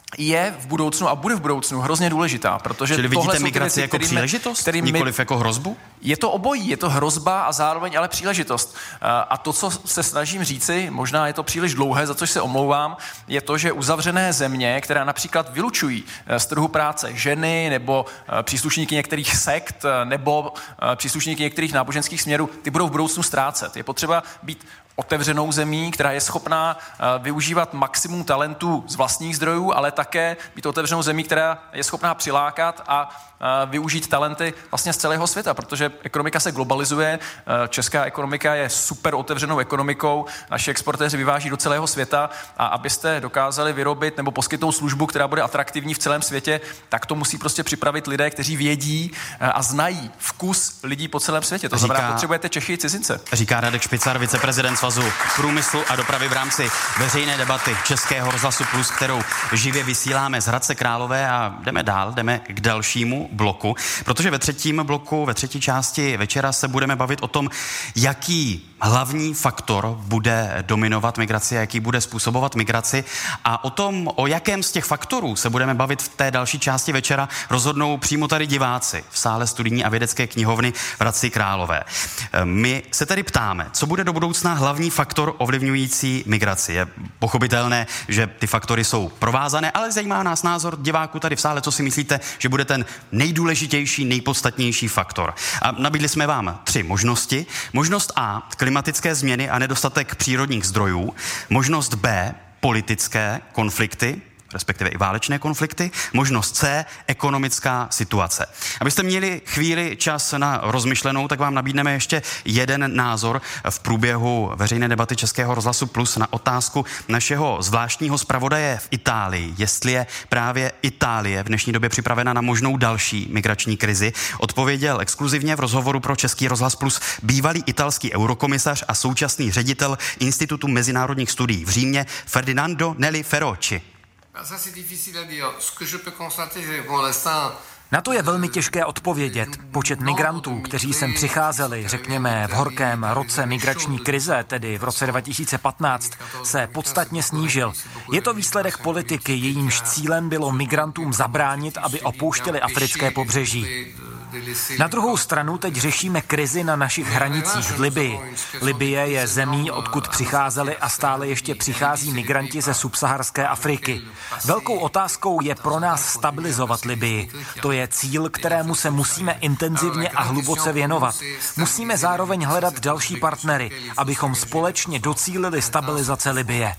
[SPEAKER 8] je v budoucnu a bude v budoucnu hrozně důležitá, protože
[SPEAKER 1] čili
[SPEAKER 8] tohle
[SPEAKER 1] vidíte migraci jako příležitost, nikoliv jako hrozbu?
[SPEAKER 8] Je to obojí, je to hrozba a zároveň ale příležitost. A to, co se snažím říci, možná je to příliš dlouhé, za což se omlouvám, je to, že uzavřené země, které například vylučují z trhu práce ženy nebo příslušníky některých sekt nebo příslušníky některých náboženských směrů, ty budou v budoucnu ztrácet. Je potřeba být otevřenou zemí, která je schopná využívat maximum talentů z vlastních zdrojů, ale také být otevřenou zemí, která je schopná přilákat a využít talenty vlastně z celého světa, protože ekonomika se globalizuje, česká ekonomika je super otevřenou ekonomikou, naši exportéři vyváží do celého světa a abyste dokázali vyrobit nebo poskytnout službu, která bude atraktivní v celém světě, tak to musí prostě připravit lidé, kteří vědí a znají vkus lidí po celém světě. To znamená, říká, potřebujete Čechy i cizince.
[SPEAKER 1] Říká Radek Špicar, viceprezident Svazu průmyslu a dopravy v rámci veřejné debaty Českého rozhlasu Plus, kterou živě vysíláme z Hradce Králové, a jdeme dál, jdeme k dalšímu bloku, protože ve třetím bloku, ve třetí části večera se budeme bavit o tom, jaký hlavní faktor bude dominovat migraci, jaký bude způsobovat migraci, a o tom, o jakém z těch faktorů se budeme bavit v té další části večera, rozhodnou přímo tady diváci v sále studijní a vědecké knihovny v Hradci Králové. My se tedy ptáme, co bude do budoucna hlavní faktor ovlivňující migraci. Je pochopitelné, že ty faktory jsou provázané, ale zajímá nás názor diváků tady v sále, co si myslíte, že bude ten nejdůležitější, nejpodstatnější faktor. A nabídli jsme vám tři možnosti. Možnost A, klimatické změny a nedostatek přírodních zdrojů. Možnost B, politické konflikty, respektive i válečné konflikty. Možnost C, ekonomická situace. Abyste měli chvíli čas na rozmyšlenou, tak vám nabídneme ještě jeden názor v průběhu veřejné debaty Českého rozhlasu Plus na otázku našeho zvláštního zpravodaje v Itálii, jestli je právě Itálie v dnešní době připravena na možnou další migrační krizi. Odpověděl exkluzivně v rozhovoru pro Český rozhlas Plus bývalý italský eurokomisař a současný ředitel Institutu mezinárodních studií v Římě Ferdinando Nelli Ferrocci.
[SPEAKER 13] Na to je velmi těžké odpovědět. Počet migrantů, kteří sem přicházeli, řekněme, v horkém roce migrační krize, tedy v roce dva tisíce patnáct, se podstatně snížil. Je to výsledek politiky, jejímž cílem bylo migrantům zabránit, aby opouštěli africké pobřeží. Na druhou stranu teď řešíme krizi na našich hranicích v Libii. Libye je zemí, odkud přicházeli a stále ještě přichází migranti ze subsaharské Afriky. Velkou otázkou je pro nás stabilizovat Libii. To je cíl, kterému se musíme intenzivně a hluboce věnovat. Musíme zároveň hledat další partnery, abychom společně docílili stabilizace Libye.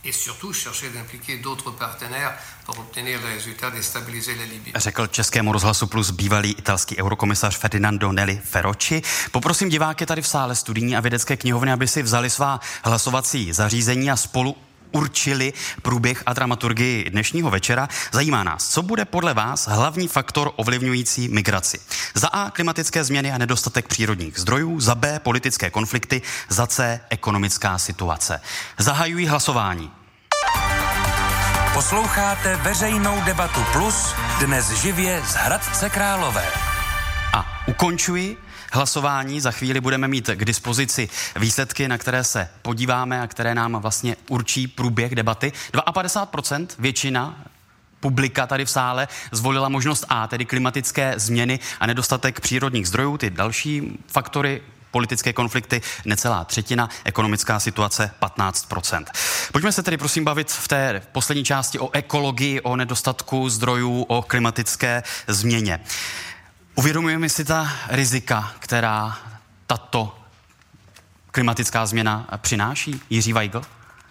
[SPEAKER 1] Řekl Českému rozhlasu Plus bývalý italský eurokomisař Ferdinando Nelli Ferrocci. Poprosím diváky tady v sále studijní a vědecké knihovny, aby si vzali svá hlasovací zařízení a spolu určili průběh a dramaturgii dnešního večera. Zajímá nás, co bude podle vás hlavní faktor ovlivňující migraci. Za A klimatické změny a nedostatek přírodních zdrojů, za B politické konflikty, za C ekonomická situace. Zahajují hlasování.
[SPEAKER 2] Posloucháte veřejnou debatu Plus, dnes živě z Hradce Králové.
[SPEAKER 1] A ukončuji hlasování. Za chvíli budeme mít k dispozici výsledky, na které se podíváme a které nám vlastně určí průběh debaty. padesát dva procent většina publika tady v sále zvolila možnost A, tedy klimatické změny a nedostatek přírodních zdrojů. Ty další faktory, politické konflikty, necelá třetina, ekonomická situace patnáct procent. Pojďme se tedy prosím bavit v té poslední části o ekologii, o nedostatku zdrojů, o klimatické změně. Uvědomujeme si ta rizika, která tato klimatická změna přináší? Jiří Weigl?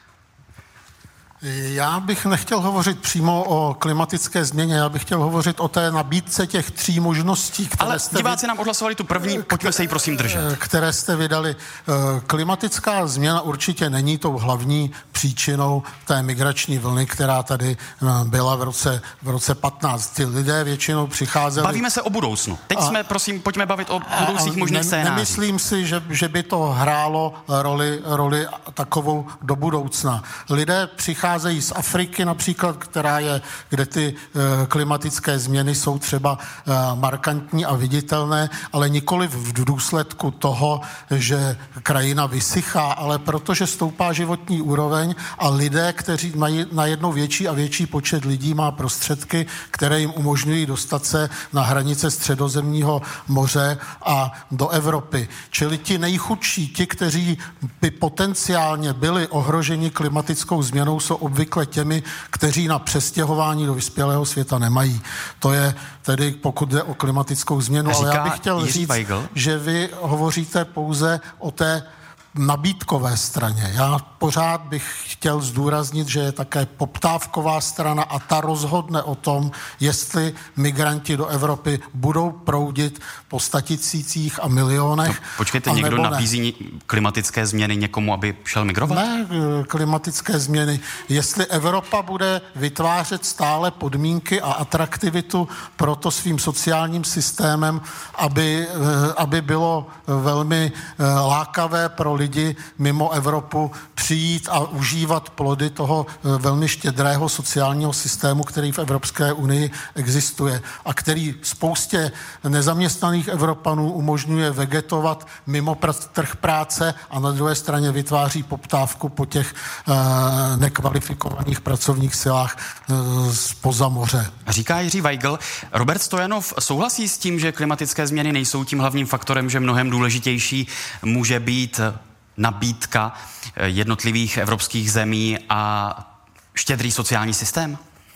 [SPEAKER 6] Já bych nechtěl hovořit přímo o klimatické změně, já bych chtěl hovořit o té nabídce těch tří možností, které
[SPEAKER 1] Ale
[SPEAKER 6] jste
[SPEAKER 1] diváci vy... nám odhlasovali tu první, pojďme se jí prosím držet.
[SPEAKER 6] Které jste vydali. Klimatická změna určitě není tou hlavní příčinou té migrační vlny, která tady byla v roce, v roce patnáct. Ty lidé většinou přicházeli...
[SPEAKER 1] Bavíme se o budoucnu. Teď a, jsme, prosím, pojďme bavit o budoucích možných
[SPEAKER 6] ne,
[SPEAKER 1] scénářích.
[SPEAKER 6] Nemyslím si, že, že by to hrálo roli, roli takovou do budoucna. Lidé přicházejí z Afriky například, která je, kde ty e, klimatické změny jsou třeba e, markantní a viditelné, ale nikoli v důsledku toho, že krajina vysychá, ale protože stoupá životní úroveň a lidé, kteří mají najednou větší a větší počet lidí, má prostředky, které jim umožňují dostat se na hranice Středozemního moře a do Evropy. Čili ti nejchudší, ti, kteří by potenciálně byli ohroženi klimatickou změnou, jsou obvykle těmi, kteří na přestěhování do vyspělého světa nemají. To je tedy, pokud jde o klimatickou změnu. Ale já bych chtěl Jiří říct, Weigl, že vy hovoříte pouze o té nabídkové straně. Já pořád bych chtěl zdůraznit, že je také poptávková strana a ta rozhodne o tom, jestli migranti do Evropy budou proudit po statisících a milionech. No,
[SPEAKER 1] počkejte, někdo nabízí ne. klimatické změny někomu, aby šel migrovat?
[SPEAKER 6] Ne, klimatické změny. Jestli Evropa bude vytvářet stále podmínky a atraktivitu pro to svým sociálním systémem, aby, aby bylo velmi lákavé pro lidi mimo Evropu přijít a užívat plody toho velmi štědrého sociálního systému, který v Evropské unii existuje a který spoustě nezaměstnaných Evropanů umožňuje vegetovat mimo pr- trh práce a na druhé straně vytváří poptávku po těch uh, nekvalifikovaných pracovních silách uh, zpoza moře.
[SPEAKER 1] Říká Jiří Weigl. Robert Stojanov souhlasí s tím, že klimatické změny nejsou tím hlavním faktorem, že mnohem důležitější může být nabídka jednotlivých evropských zemí a štědrý sociální systém?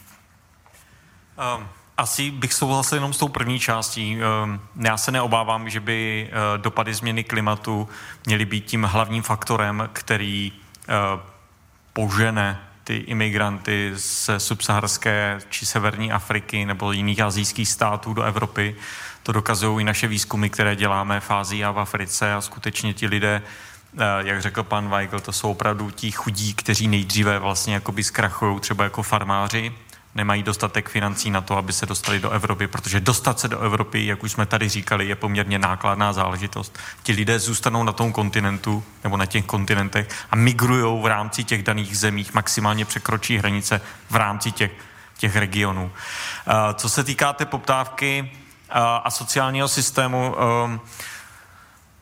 [SPEAKER 5] Um, asi bych souhlasil jenom s tou první částí. Um, já se neobávám, že by uh, dopady změny klimatu měly být tím hlavním faktorem, který uh, požene ty imigranty ze subsaharské či severní Afriky nebo jiných asijských států do Evropy. To dokazují i naše výzkumy, které děláme v Asii a v Africe a skutečně ti lidé, jak řekl pan Weigl, to jsou opravdu ti chudí, kteří nejdříve vlastně jakoby zkrachují, třeba jako farmáři, nemají dostatek financí na to, aby se dostali do Evropy, protože dostat se do Evropy, jak už jsme tady říkali, je poměrně nákladná záležitost. Ti lidé zůstanou na tom kontinentu nebo na těch kontinentech a migrujou v rámci těch daných zemích, maximálně překročí hranice v rámci těch, těch regionů. Co se týká té poptávky a sociálního systému,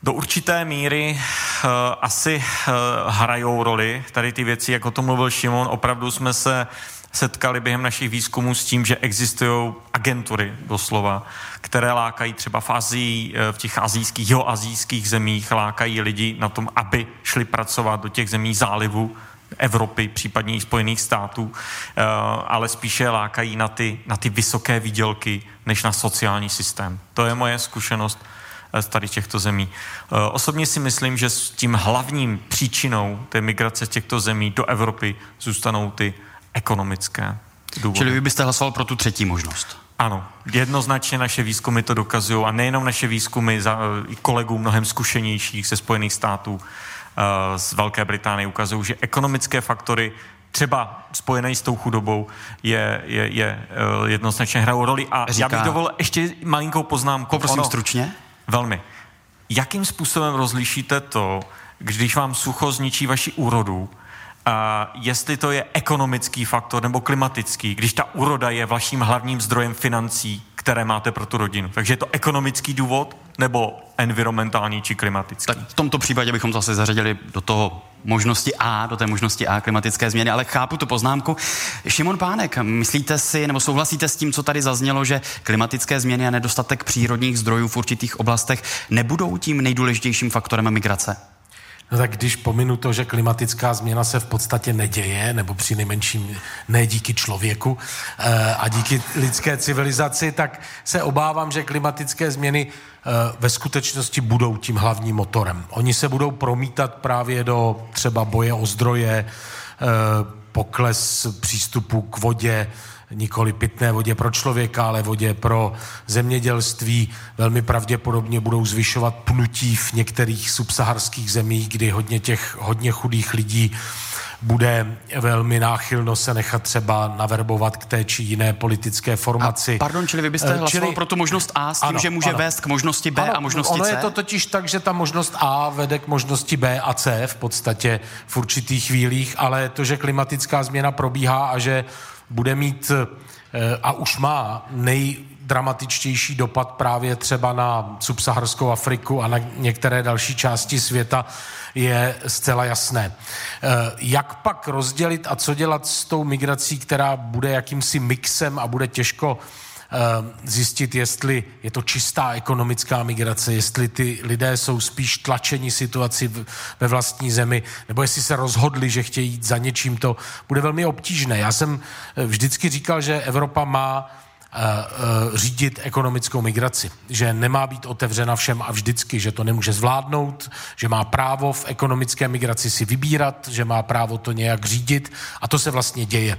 [SPEAKER 5] Do určité míry uh, asi uh, hrajou roli tady ty věci, jak o tom mluvil Šimon. Opravdu jsme se setkali během našich výzkumů s tím, že existují agentury doslova, které lákají třeba v Azii, v těch azijských, jihoazijských zemích, lákají lidi na tom, aby šli pracovat do těch zemí zálivu Evropy, případně i Spojených států, ale spíše lákají na ty, na ty vysoké výdělky, než na sociální systém. To je moje zkušenost z tady těchto zemí. Osobně si myslím, že s tím hlavním příčinou té migrace z těchto zemí do Evropy zůstanou ty ekonomické důvody.
[SPEAKER 1] Čili vy byste hlasoval pro tu třetí možnost?
[SPEAKER 5] Ano, jednoznačně naše výzkumy to dokazují a nejenom naše výzkumy, za, i kolegů mnohem zkušenějších ze Spojených států, z Velké Británie ukazují, že ekonomické faktory třeba spojené s tou chudobou je, je, je jednoznačně hrajou roli. A Říká... já bych dovolil ještě malinkou poznámku.
[SPEAKER 1] Poprosím ono, stručně.
[SPEAKER 5] Velmi. Jakým způsobem rozlišíte to, když vám sucho zničí vaši úrodu, a jestli to je ekonomický faktor nebo klimatický, když ta úroda je vaším hlavním zdrojem financí, které máte pro tu rodinu. Takže je to ekonomický důvod nebo environmentální či klimatický?
[SPEAKER 1] Tak v tomto případě bychom zase zařadili do toho možnosti A, do té možnosti A klimatické změny, ale chápu tu poznámku. Šimon Pánek, myslíte si, nebo souhlasíte s tím, co tady zaznělo, že klimatické změny a nedostatek přírodních zdrojů v určitých oblastech nebudou tím nejdůležitějším faktorem migrace?
[SPEAKER 3] No tak když pominu to, že klimatická změna se v podstatě neděje, nebo při nejmenším ne díky člověku e, a díky lidské civilizaci, tak se obávám, že klimatické změny e, ve skutečnosti budou tím hlavním motorem. Oni se budou promítat právě do třeba boje o zdroje, e, pokles přístupu k vodě, nikoli pitné vodě pro člověka, ale vodě pro zemědělství. Velmi pravděpodobně budou zvyšovat pnutí v některých subsaharských zemích, kdy hodně těch hodně chudých lidí bude velmi náchylno se nechat třeba naverbovat k té či jiné politické formaci.
[SPEAKER 1] A pardon, čili vy byste hlasoval čili... pro tu možnost A s tím, ano, že může ano. vést k možnosti B ano, a možnosti
[SPEAKER 3] ono
[SPEAKER 1] C?
[SPEAKER 3] Ono je to totiž tak, že ta možnost A vede k možnosti B a C v podstatě v určitých chvílích, ale to, že klimatická změna probíhá a že bude mít a už má nejdramatičtější dopad právě třeba na subsaharskou Afriku a na některé další části světa, je zcela jasné. Jak pak rozdělit a co dělat s tou migrací, která bude jakýmsi mixem a bude těžko zjistit, jestli je to čistá ekonomická migrace, jestli ty lidé jsou spíš tlačeni situaci ve vlastní zemi, nebo jestli se rozhodli, že chtějí jít za něčím, to bude velmi obtížné. Já jsem vždycky říkal, že Evropa má řídit ekonomickou migraci, že nemá být otevřena všem a vždycky, že to nemůže zvládnout, že má právo v ekonomické migraci si vybírat, že má právo to nějak řídit a to se vlastně děje.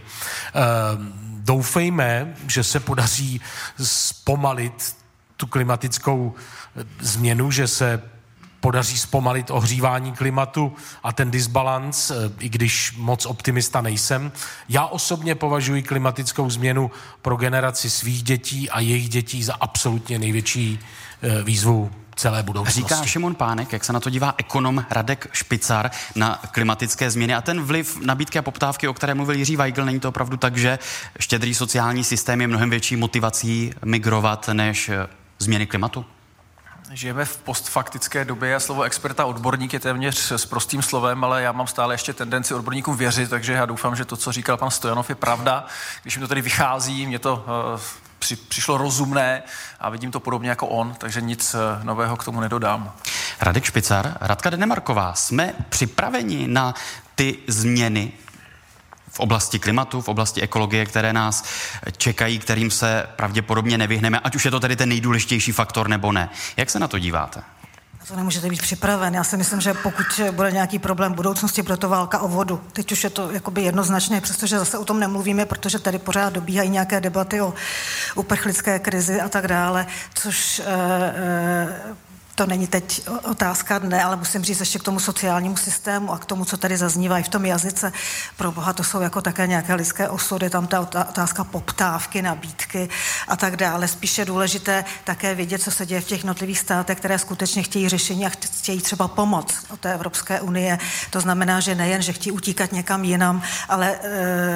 [SPEAKER 3] Doufejme, že se podaří zpomalit tu klimatickou změnu, že se podaří zpomalit ohřívání klimatu a ten disbalans, i když moc optimista nejsem. Já osobně považuji klimatickou změnu pro generaci svých dětí a jejich dětí za absolutně největší výzvu celé budoucnosti.
[SPEAKER 1] Říká Šimon Pánek, jak se na to dívá ekonom Radek Špicar na klimatické změny a ten vliv nabídky a poptávky, o které mluvil Jiří Weigl, není to opravdu tak, že štědrý sociální systém je mnohem větší motivací migrovat než změny klimatu?
[SPEAKER 8] Žijeme v postfaktické době a slovo experta odborník je téměř s prostým slovem, ale já mám stále ještě tendenci odborníkům věřit, takže já doufám, že to, co říkal pan Stojanov, je pravda. Když mi to tady vychází, mě to uh, při, přišlo rozumné a vidím to podobně jako on, takže nic uh, nového k tomu nedodám.
[SPEAKER 1] Radek Špicar, Radka Denemarková, jsme připraveni na ty změny v oblasti klimatu, v oblasti ekologie, které nás čekají, kterým se pravděpodobně nevyhneme, ať už je to tedy ten nejdůležitější faktor nebo ne. Jak se na to díváte?
[SPEAKER 7] Na to nemůžete být připraven. Já si myslím, že pokud bude nějaký problém v budoucnosti, bude to válka o vodu. Teď už je to jakoby jednoznačné, přestože zase o tom nemluvíme, protože tady pořád dobíhají nějaké debaty o uprchlické krizi a tak dále, což e, e, to není teď otázka dne, ale musím říct ještě k tomu sociálnímu systému a k tomu, co tady zaznívá i v tom jazyce. Pro Boha to jsou jako také nějaké lidské osudy, tam ta otázka poptávky, nabídky a tak dále. Spíše je důležité také vidět, co se děje v těch jednotlivých státech, které skutečně chtějí řešení a chtějí třeba pomoc od té Evropské unie. To znamená, že nejen, že chtějí utíkat někam jinam, ale e,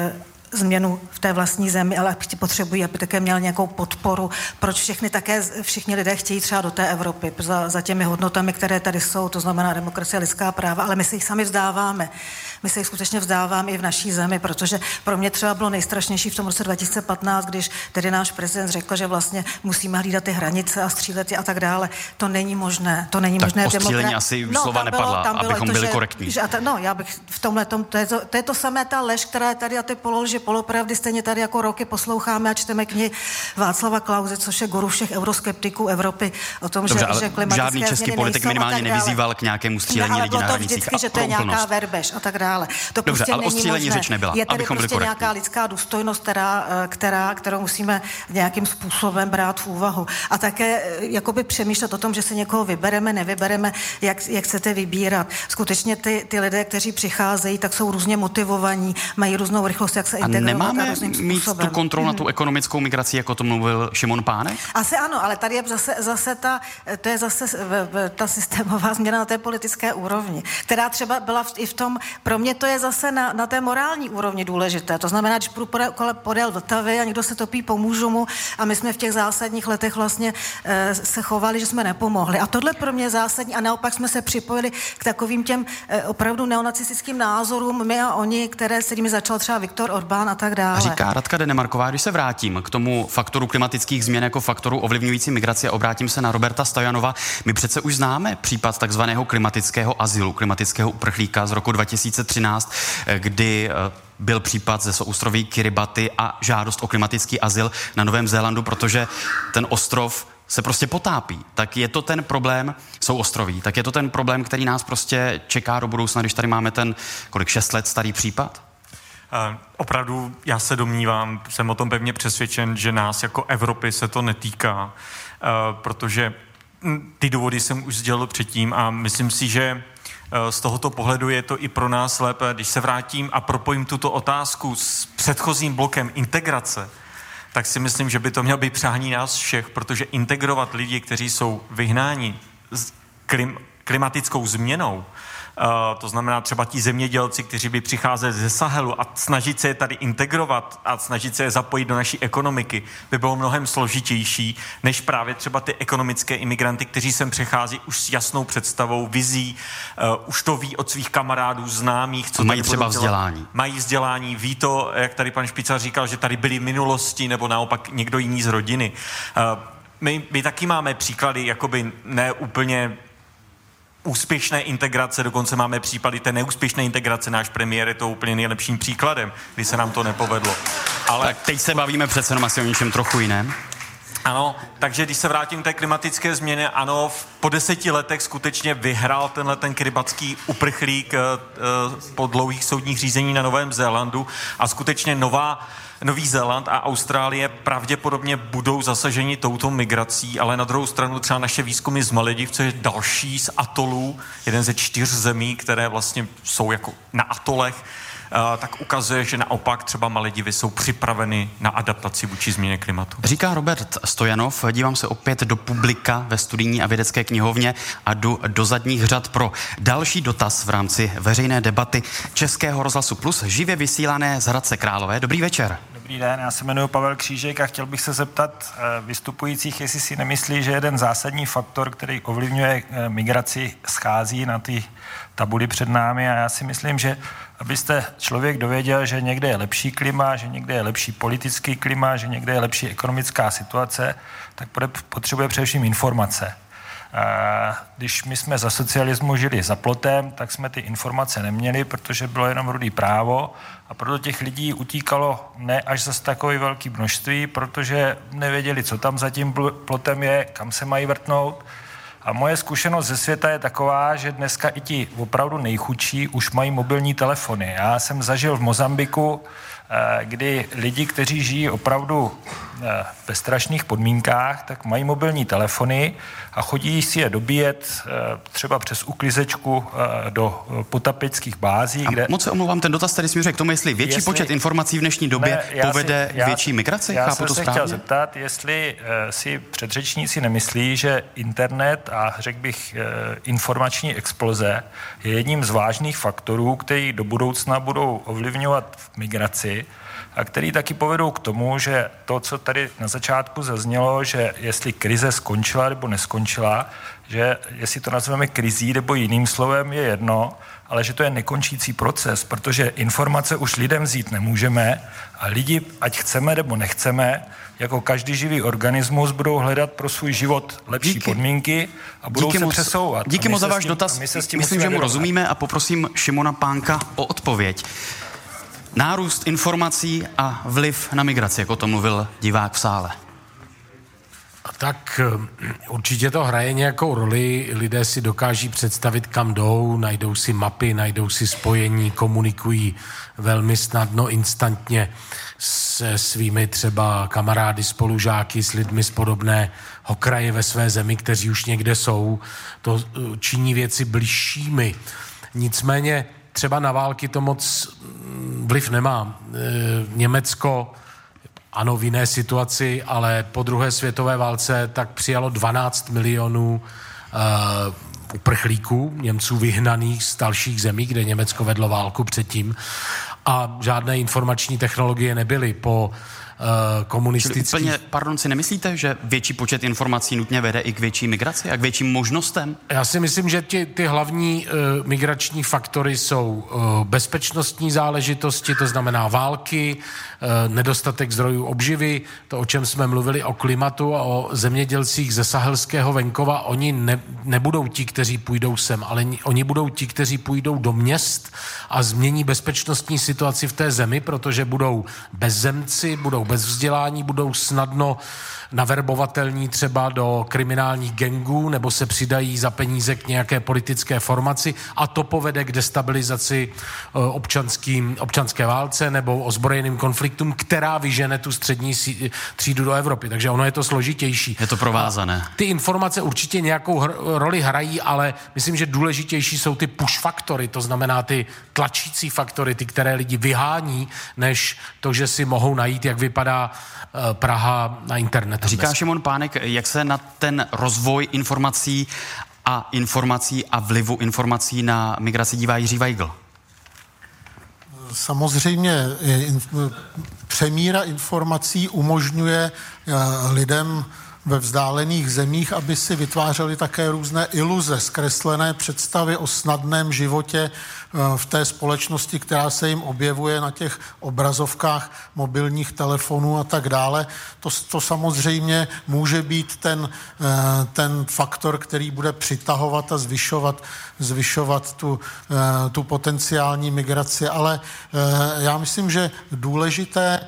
[SPEAKER 7] změnu v té vlastní zemi, ale potřebují, aby také měl nějakou podporu. Proč všechny také, všichni lidé chtějí třeba do té Evropy za, za těmi hodnotami, které tady jsou, to znamená demokracie, lidská práva, ale my se jich sami vzdáváme. My se jich skutečně vzdáváme i v naší zemi, protože pro mě třeba bylo nejstrašnější v tom roce dva tisíce patnáct, když tedy náš prezident řekl, že vlastně musíme hlídat ty hranice a střílet je a tak dále. To není možné. To není
[SPEAKER 1] tak
[SPEAKER 7] možné.
[SPEAKER 1] Tak o střílení asi no, slova nepadla, bylo, abychom to, byli že, korektní.
[SPEAKER 7] Že, no, já bych v tomhle tom, to je to, to je to samé ta lež, která je tady a ty pololži, polopravdy stejně tady jako roky posloucháme a čteme knihy Václava Klause, což je guru všech euroskeptiků Evropy, o tom,
[SPEAKER 1] Dobře,
[SPEAKER 7] že, že klimatické
[SPEAKER 1] žádný český politik minimálně nevyzýval k nějakému střílení
[SPEAKER 7] ne,
[SPEAKER 1] lidí na hranicích.
[SPEAKER 7] Vždycky, že to je nějaká verbež a tak dále. To
[SPEAKER 1] Dobře,
[SPEAKER 7] prostě
[SPEAKER 1] ale
[SPEAKER 7] není
[SPEAKER 1] o střílení
[SPEAKER 7] možné.
[SPEAKER 1] řeč nebyla,
[SPEAKER 7] je tady
[SPEAKER 1] abychom
[SPEAKER 7] prostě
[SPEAKER 1] byli
[SPEAKER 7] nějaká lidská důstojnost, která, která, kterou musíme nějakým způsobem brát v úvahu. A také jakoby přemýšlet o tom, že se někoho vybereme, nevybereme, jak, jak chcete vybírat. Skutečně ty, ty lidé, kteří přicházejí, tak jsou různě motivovaní, mají různou rychlost, jak se integrovat.
[SPEAKER 1] A nemáme mít tu kontrolu na tu ekonomickou migraci, jako to mluvil Šimon Pánek?
[SPEAKER 7] Asi ano, ale tady je zase, zase ta, to je zase ta systémová změna na té politické úrovni, která třeba byla v, i v tom, pro mě to je zase na, na té morální úrovni důležité. To znamená, když půjdu podél, podél Vltavy a někdo se topí, pomůžu mu a my jsme v těch zásadních letech vlastně e, se chovali, že jsme nepomohli. A tohle pro mě je zásadní a naopak jsme se připojili k takovým těm e, opravdu neonacistickým názorům, my a oni, které se nimi začal třeba Viktor Orbán a tak dále.
[SPEAKER 1] A říká Radka Denemarková, když se vrátím k tomu faktoru klimatických změn jako faktoru ovlivňující migraci a obrátím se na Roberta Stojanova, my přece už známe případ takzvaného klimatického azylu, klimatického uprchlíka z roku dva tisíce třináct, kdy byl případ ze souostroví Kiribati a žádost o klimatický azyl na Novém Zélandu, protože ten ostrov se prostě potápí. Tak je to ten problém, jsou ostroví, tak je to ten problém, který nás prostě čeká do budoucna, když tady máme ten, kolik, šest let starý případ?
[SPEAKER 5] Uh, opravdu já se domnívám, jsem o tom pevně přesvědčen, že nás jako Evropy se to netýká, uh, protože ty důvody jsem už sdělil předtím a myslím si, že z tohoto pohledu je to i pro nás lépe. Když se vrátím a propojím tuto otázku s předchozím blokem integrace, tak si myslím, že by to mělo být přání nás všech, protože integrovat lidi, kteří jsou vyhnáni s klim, klimatickou změnou, Uh, to znamená třeba ti zemědělci, kteří by přicházeli ze Sahelu a snažit se je tady integrovat a snažit se je zapojit do naší ekonomiky, by bylo mnohem složitější, než právě třeba ty ekonomické imigranty, kteří sem přechází už s jasnou představou, vizí, uh, už to ví od svých kamarádů, známých. Co
[SPEAKER 1] mají třeba vzdělání.
[SPEAKER 5] Mají vzdělání, ví to, jak tady pan Špicar říkal, že tady byli v minulosti nebo naopak někdo jiný z rodiny. Uh, my, my taky máme příklady, jakoby ne úplně úspěšné integrace, dokonce máme případy té neúspěšné integrace, náš premiér je to úplně nejlepším příkladem, kdy se nám to nepovedlo.
[SPEAKER 1] Ale tak teď se bavíme přece jenom asi o něčem trochu jiném.
[SPEAKER 5] Ano, takže když se vrátím k té klimatické změně, ano, po deseti letech skutečně vyhrál tenhle ten kiribatický uprchlík uh, uh, po dlouhých soudních řízení na Novém Zélandu a skutečně nová Nový Zéland a Austrálie pravděpodobně budou zasaženi touto migrací, ale na druhou stranu třeba naše výzkumy z Malediv, což je další z atolů, jeden ze čtyř zemí, které vlastně jsou jako na atolech, tak ukazuje, že naopak třeba Maledivy jsou připraveny na adaptaci vůči změně klimatu.
[SPEAKER 1] Říká Robert Stojanov, dívám se opět do publika ve studijní a vědecké knihovně a jdu do zadních řad pro další dotaz v rámci veřejné debaty Českého rozhlasu Plus, živě vysílané z Hradce Králové. Dobrý večer.
[SPEAKER 14] Dobrý den, já se jmenuji Pavel Křížek a chtěl bych se zeptat vystupujících, jestli si nemyslí, že jeden zásadní faktor, který ovlivňuje migraci, schází na ty tabuli před námi a já si myslím, že abyste člověk dověděl, že někde je lepší klima, že někde je lepší politický klima, že někde je lepší ekonomická situace, tak potřebuje především informace. Když my jsme za socialismu žili za plotem, tak jsme ty informace neměli, protože bylo jenom rudý právo a proto těch lidí utíkalo ne až zase takové velké množství, protože nevěděli, co tam za tím plotem je, kam se mají vrtnout. A moje zkušenost ze světa je taková, že dneska i ti opravdu nejchudší už mají mobilní telefony. Já jsem zažil v Mozambiku, kdy lidi, kteří žijí opravdu ve strašných podmínkách, tak mají mobilní telefony a chodí si je dobíjet třeba přes uklizečku do potapeckých bází.
[SPEAKER 1] A
[SPEAKER 14] kde...
[SPEAKER 1] moc se omlouvám, ten dotaz tady směřuje k tomu, jestli větší jestli... počet informací v dnešní době ne, povede
[SPEAKER 14] si, já,
[SPEAKER 1] větší migraci?
[SPEAKER 14] Já
[SPEAKER 1] Chápu
[SPEAKER 14] jsem
[SPEAKER 1] to
[SPEAKER 14] se
[SPEAKER 1] správně?
[SPEAKER 14] chtěl zeptat, jestli uh, si předřečníci nemyslí, že internet a řekl bych uh, informační exploze je jedním z vážných faktorů, který do budoucna budou ovlivňovat migraci migraci a který taky povedou k tomu, že to, co tady na začátku zaznělo, že jestli krize skončila nebo neskončila, že jestli to nazveme krizí nebo jiným slovem je jedno, ale že to je nekončící proces, protože informace už lidem vzít nemůžeme a lidi, ať chceme nebo nechceme, jako každý živý organismus, budou hledat pro svůj život lepší díky. podmínky a budou
[SPEAKER 1] díky
[SPEAKER 14] se
[SPEAKER 1] moc,
[SPEAKER 14] přesouvat.
[SPEAKER 1] Díky moc za váš dotaz. Myslím, že mu vyrovnat. rozumíme a poprosím Šimona Pánka o odpověď. Nárůst informací a vliv na migraci, jako o tom mluvil divák v sále.
[SPEAKER 3] Tak určitě to hraje nějakou roli, lidé si dokáží představit, kam jdou, najdou si mapy, najdou si spojení, komunikují velmi snadno, instantně se svými třeba kamarády, spolužáky, s lidmi z podobného kraje ve své zemi, kteří už někde jsou. To činí věci bližšími. Nicméně třeba na války to moc vliv nemá. Německo ano, v jiné situaci, ale po druhé světové válce tak přijalo dvanáct milionů uh, uprchlíků, Němců vyhnaných z dalších zemí, kde Německo vedlo válku předtím a žádné informační technologie nebyly po uh, komunistických...
[SPEAKER 1] Čili úplně, pardon, si nemyslíte, že větší počet informací nutně vede i k větší migraci a k větším možnostem?
[SPEAKER 3] Já si myslím, že ty, ty hlavní uh, migrační faktory jsou uh, bezpečnostní záležitosti, to znamená války, uh, nedostatek zdrojů obživy, to, o čem jsme mluvili, o klimatu a o zemědělcích ze sahelského venkova. Oni ne, nebudou ti, kteří půjdou sem, ale oni budou ti, kteří půjdou do měst a změní bezpečnostní situaci v té zemi, protože budou bezzemci, budou bez vzdělání, budou snadno naverbovatelní třeba do kriminálních gangů nebo se přidají za peníze k nějaké politické formaci a to povede k destabilizaci občanským, občanské válce nebo ozbrojeným konfliktům, která vyžene tu střední třídu do Evropy. Takže ono je to složitější.
[SPEAKER 1] Je to provázané.
[SPEAKER 3] Ty informace určitě nějakou hr- roli hrají, ale myslím, že důležitější jsou ty push faktory, to znamená ty tlačící faktory, ty, které lidi vyhání, než to, že si mohou najít, jak vypadá Praha na internetu.
[SPEAKER 1] Říká Šimon Pánek, jak se na ten rozvoj informací a informací a vlivu informací na migraci dívá Jiří Weigl?
[SPEAKER 6] Samozřejmě přemíra informací umožňuje lidem ve vzdálených zemích, aby si vytvářeli také různé iluze, zkreslené představy o snadném životě v té společnosti, která se jim objevuje na těch obrazovkách mobilních telefonů a tak dále. To, to samozřejmě může být ten, ten faktor, který bude přitahovat a zvyšovat, zvyšovat tu, tu potenciální migraci, ale já myslím, že důležité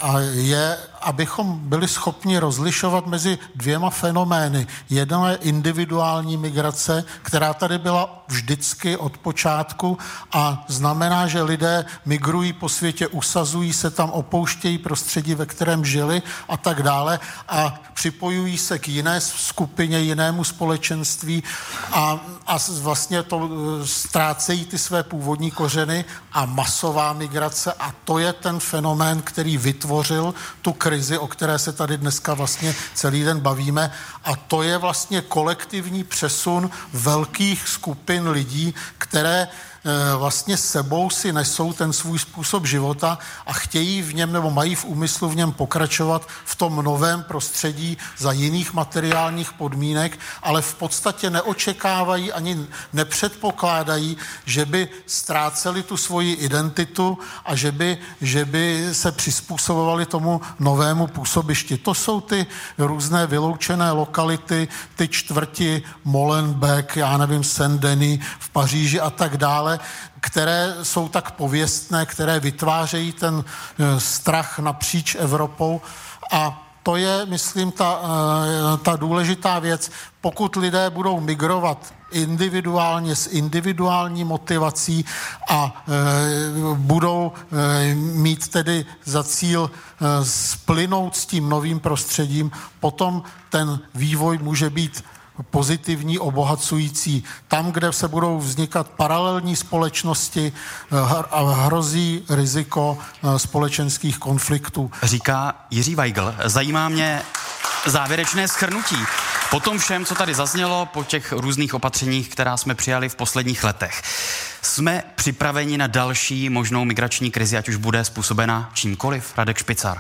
[SPEAKER 6] je, abychom byli schopni rozlišovat mezi dvěma fenomény. Jedna je individuální migrace, která tady byla vždycky od počátku a znamená, že lidé migrují po světě, usazují se tam, opouštějí prostředí, ve kterém žili a tak dále a připojují se k jiné skupině, jinému společenství a, a vlastně to ztrácejí ty své původní kořeny a masová migrace a to je ten fenomén, který vytvořil tu krizi, o které se tady dneska vlastně celý den bavíme a to je vlastně kolektivní přesun velkých skupin lidí, které vlastně sebou si nesou ten svůj způsob života a chtějí v něm nebo mají v úmyslu v něm pokračovat v tom novém prostředí za jiných materiálních podmínek, ale v podstatě neočekávají ani nepředpokládají, že by ztráceli tu svoji identitu a že by, že by se přizpůsobovali tomu novému působišti. To jsou ty různé vyloučené lokality, ty čtvrti Molenbeek, já nevím, Saint-Denis v Paříži a tak dále, které jsou tak pověstné, které vytvářejí ten strach napříč Evropou a to je, myslím, ta, ta důležitá věc. Pokud lidé budou migrovat individuálně s individuální motivací a e, budou e, mít tedy za cíl e, splynout s tím novým prostředím, potom ten vývoj může být pozitivní, obohacující. Tam, kde se budou vznikat paralelní společnosti, hrozí riziko společenských konfliktů.
[SPEAKER 1] Říká Jiří Weigl. Zajímá mě závěrečné shrnutí. Po tom všem, co tady zaznělo, po těch různých opatřeních, která jsme přijali v posledních letech. Jsme připraveni na další možnou migrační krizi, ať už bude způsobena čímkoliv? Radek Špicar.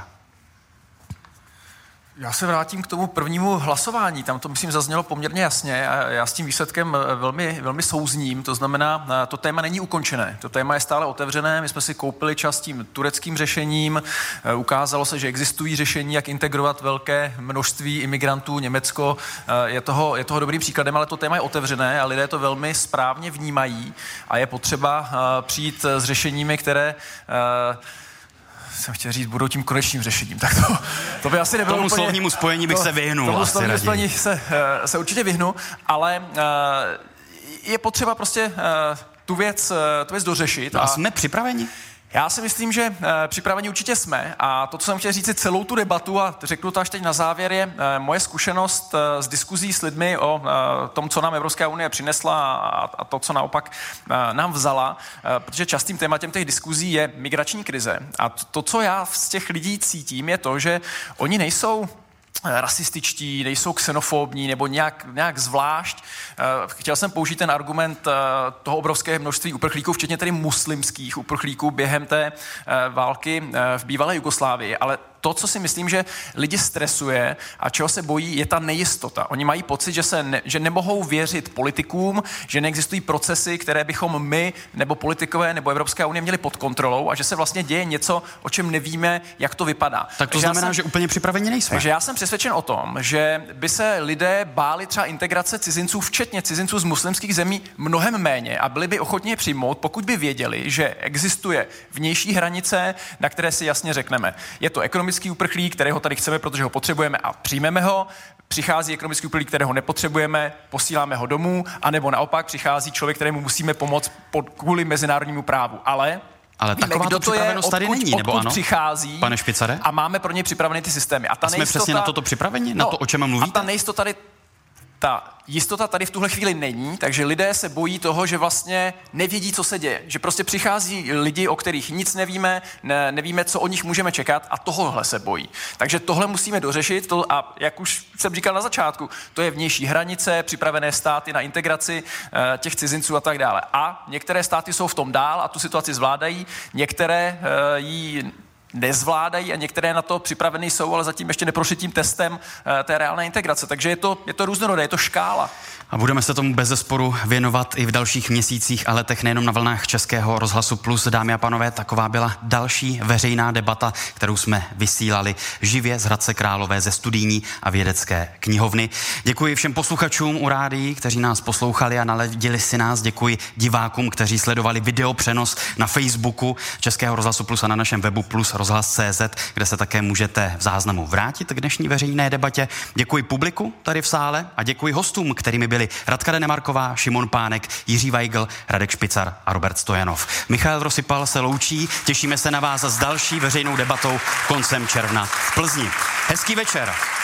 [SPEAKER 8] Já se vrátím k tomu prvnímu hlasování. Tam to, myslím, zaznělo poměrně jasně a já s tím výsledkem velmi, velmi souzním. To znamená, to téma není ukončené. To téma je stále otevřené. My jsme si koupili čas tím tureckým řešením. Ukázalo se, že existují řešení, jak integrovat velké množství imigrantů. Německo je toho, je toho dobrým příkladem, ale to téma je otevřené a lidé to velmi správně vnímají a je potřeba přijít s řešeními, které jsem chtěl říct, budou tím konečným řešením. Tak to, to by asi nebylo
[SPEAKER 1] tomu
[SPEAKER 8] úplně...
[SPEAKER 1] slovnímu spojení bych
[SPEAKER 8] to,
[SPEAKER 1] se vyhnul.
[SPEAKER 8] Tomu
[SPEAKER 1] asi
[SPEAKER 8] slovnímu spojení se, se určitě vyhnu, ale je potřeba prostě tu věc, tu věc dořešit.
[SPEAKER 1] No a jsme připraveni?
[SPEAKER 8] Já si myslím, že uh, připraveni určitě jsme a to, co jsem chtěl říct celou tu debatu a řeknu to až teď na závěr, je uh, moje zkušenost uh, z diskuzí s lidmi o uh, tom, co nám Evropská unie přinesla a, a to, co naopak uh, nám vzala, uh, protože častým tématem těch diskuzí je migrační krize. A to, to, co já z těch lidí cítím, je to, že oni nejsou rasističtí, nejsou xenofobní nebo nějak, nějak zvlášť. Chtěl jsem použít ten argument toho obrovského množství uprchlíků, včetně tedy muslimských uprchlíků během té války v bývalé Jugoslávii, ale to, co si myslím, že lidi stresuje a čeho se bojí, je ta nejistota. Oni mají pocit, že, se ne, že nemohou věřit politikům, že neexistují procesy, které bychom my, nebo politikové, nebo Evropská unie měli pod kontrolou a že se vlastně děje něco, o čem nevíme, jak to vypadá.
[SPEAKER 1] Tak to
[SPEAKER 8] takže
[SPEAKER 1] znamená,
[SPEAKER 8] jsem,
[SPEAKER 1] že úplně připraveni nejsme.
[SPEAKER 8] Takže já jsem přesvědčen o tom, že by se lidé báli třeba integrace cizinců, včetně cizinců z muslimských zemí, mnohem méně a byli by ochotně je přijmout, pokud by věděli, že existuje vnější hranice, na které si jasně řekneme. Je to ekonomický uprchlík, kterého tady chceme, protože ho potřebujeme a přijmeme ho. Přichází ekonomický uprchlík, kterého nepotřebujeme, posíláme ho domů, anebo naopak přichází člověk, kterému musíme pomoct pod, kvůli mezinárodnímu právu. Ale
[SPEAKER 1] Ale
[SPEAKER 8] víme,
[SPEAKER 1] taková
[SPEAKER 8] kdo
[SPEAKER 1] to připravenost
[SPEAKER 8] je,
[SPEAKER 1] tady
[SPEAKER 8] odkud,
[SPEAKER 1] není, nebo
[SPEAKER 8] odkud
[SPEAKER 1] ano?
[SPEAKER 8] přichází,
[SPEAKER 1] Pane Špicare?
[SPEAKER 8] A máme pro ně připraveny ty systémy. A, ta
[SPEAKER 1] a jsme
[SPEAKER 8] nejistota,
[SPEAKER 1] přesně na toto připraveni? Na
[SPEAKER 8] no,
[SPEAKER 1] to, o čem mluvíte?
[SPEAKER 8] A ta nejistota tady Ta jistota tady v tuhle chvíli není, takže lidé se bojí toho, že vlastně nevědí, co se děje. Že prostě přichází lidi, o kterých nic nevíme, ne, nevíme, co o nich můžeme čekat a tohohle se bojí. Takže tohle musíme dořešit to, a jak už jsem říkal na začátku, to je vnější hranice, připravené státy na integraci e, těch cizinců a tak dále. A některé státy jsou v tom dál a tu situaci zvládají, některé e, ji nezvládají a některé na to připravený jsou, ale zatím ještě neprošli tím testem e, té reálné integrace. Takže je to, je to různorodé, je to škála.
[SPEAKER 1] A budeme se tomu bezesporu věnovat i v dalších měsících a letech, nejenom na vlnách Českého rozhlasu Plus. Dámy a pánové, taková byla další veřejná debata, kterou jsme vysílali živě z Hradce Králové ze studijní a vědecké knihovny. Děkuji všem posluchačům u rádií, kteří nás poslouchali a naladili si nás. Děkuji divákům, kteří sledovali videopřenos na Facebooku Českého rozhlasu Plus a na našem webu plus rozhlas tečka cé zet, kde se také můžete v záznamu vrátit k dnešní veřejné debatě. Děkuji publiku tady v sále a děkuji hostům, kterými byli Radka Denemarková, Šimon Pánek, Jiří Weigl, Radek Špicar a Robert Stojanov. Michal Rosypal se loučí, těšíme se na vás s další veřejnou debatou koncem června v Plzni. Hezký večer.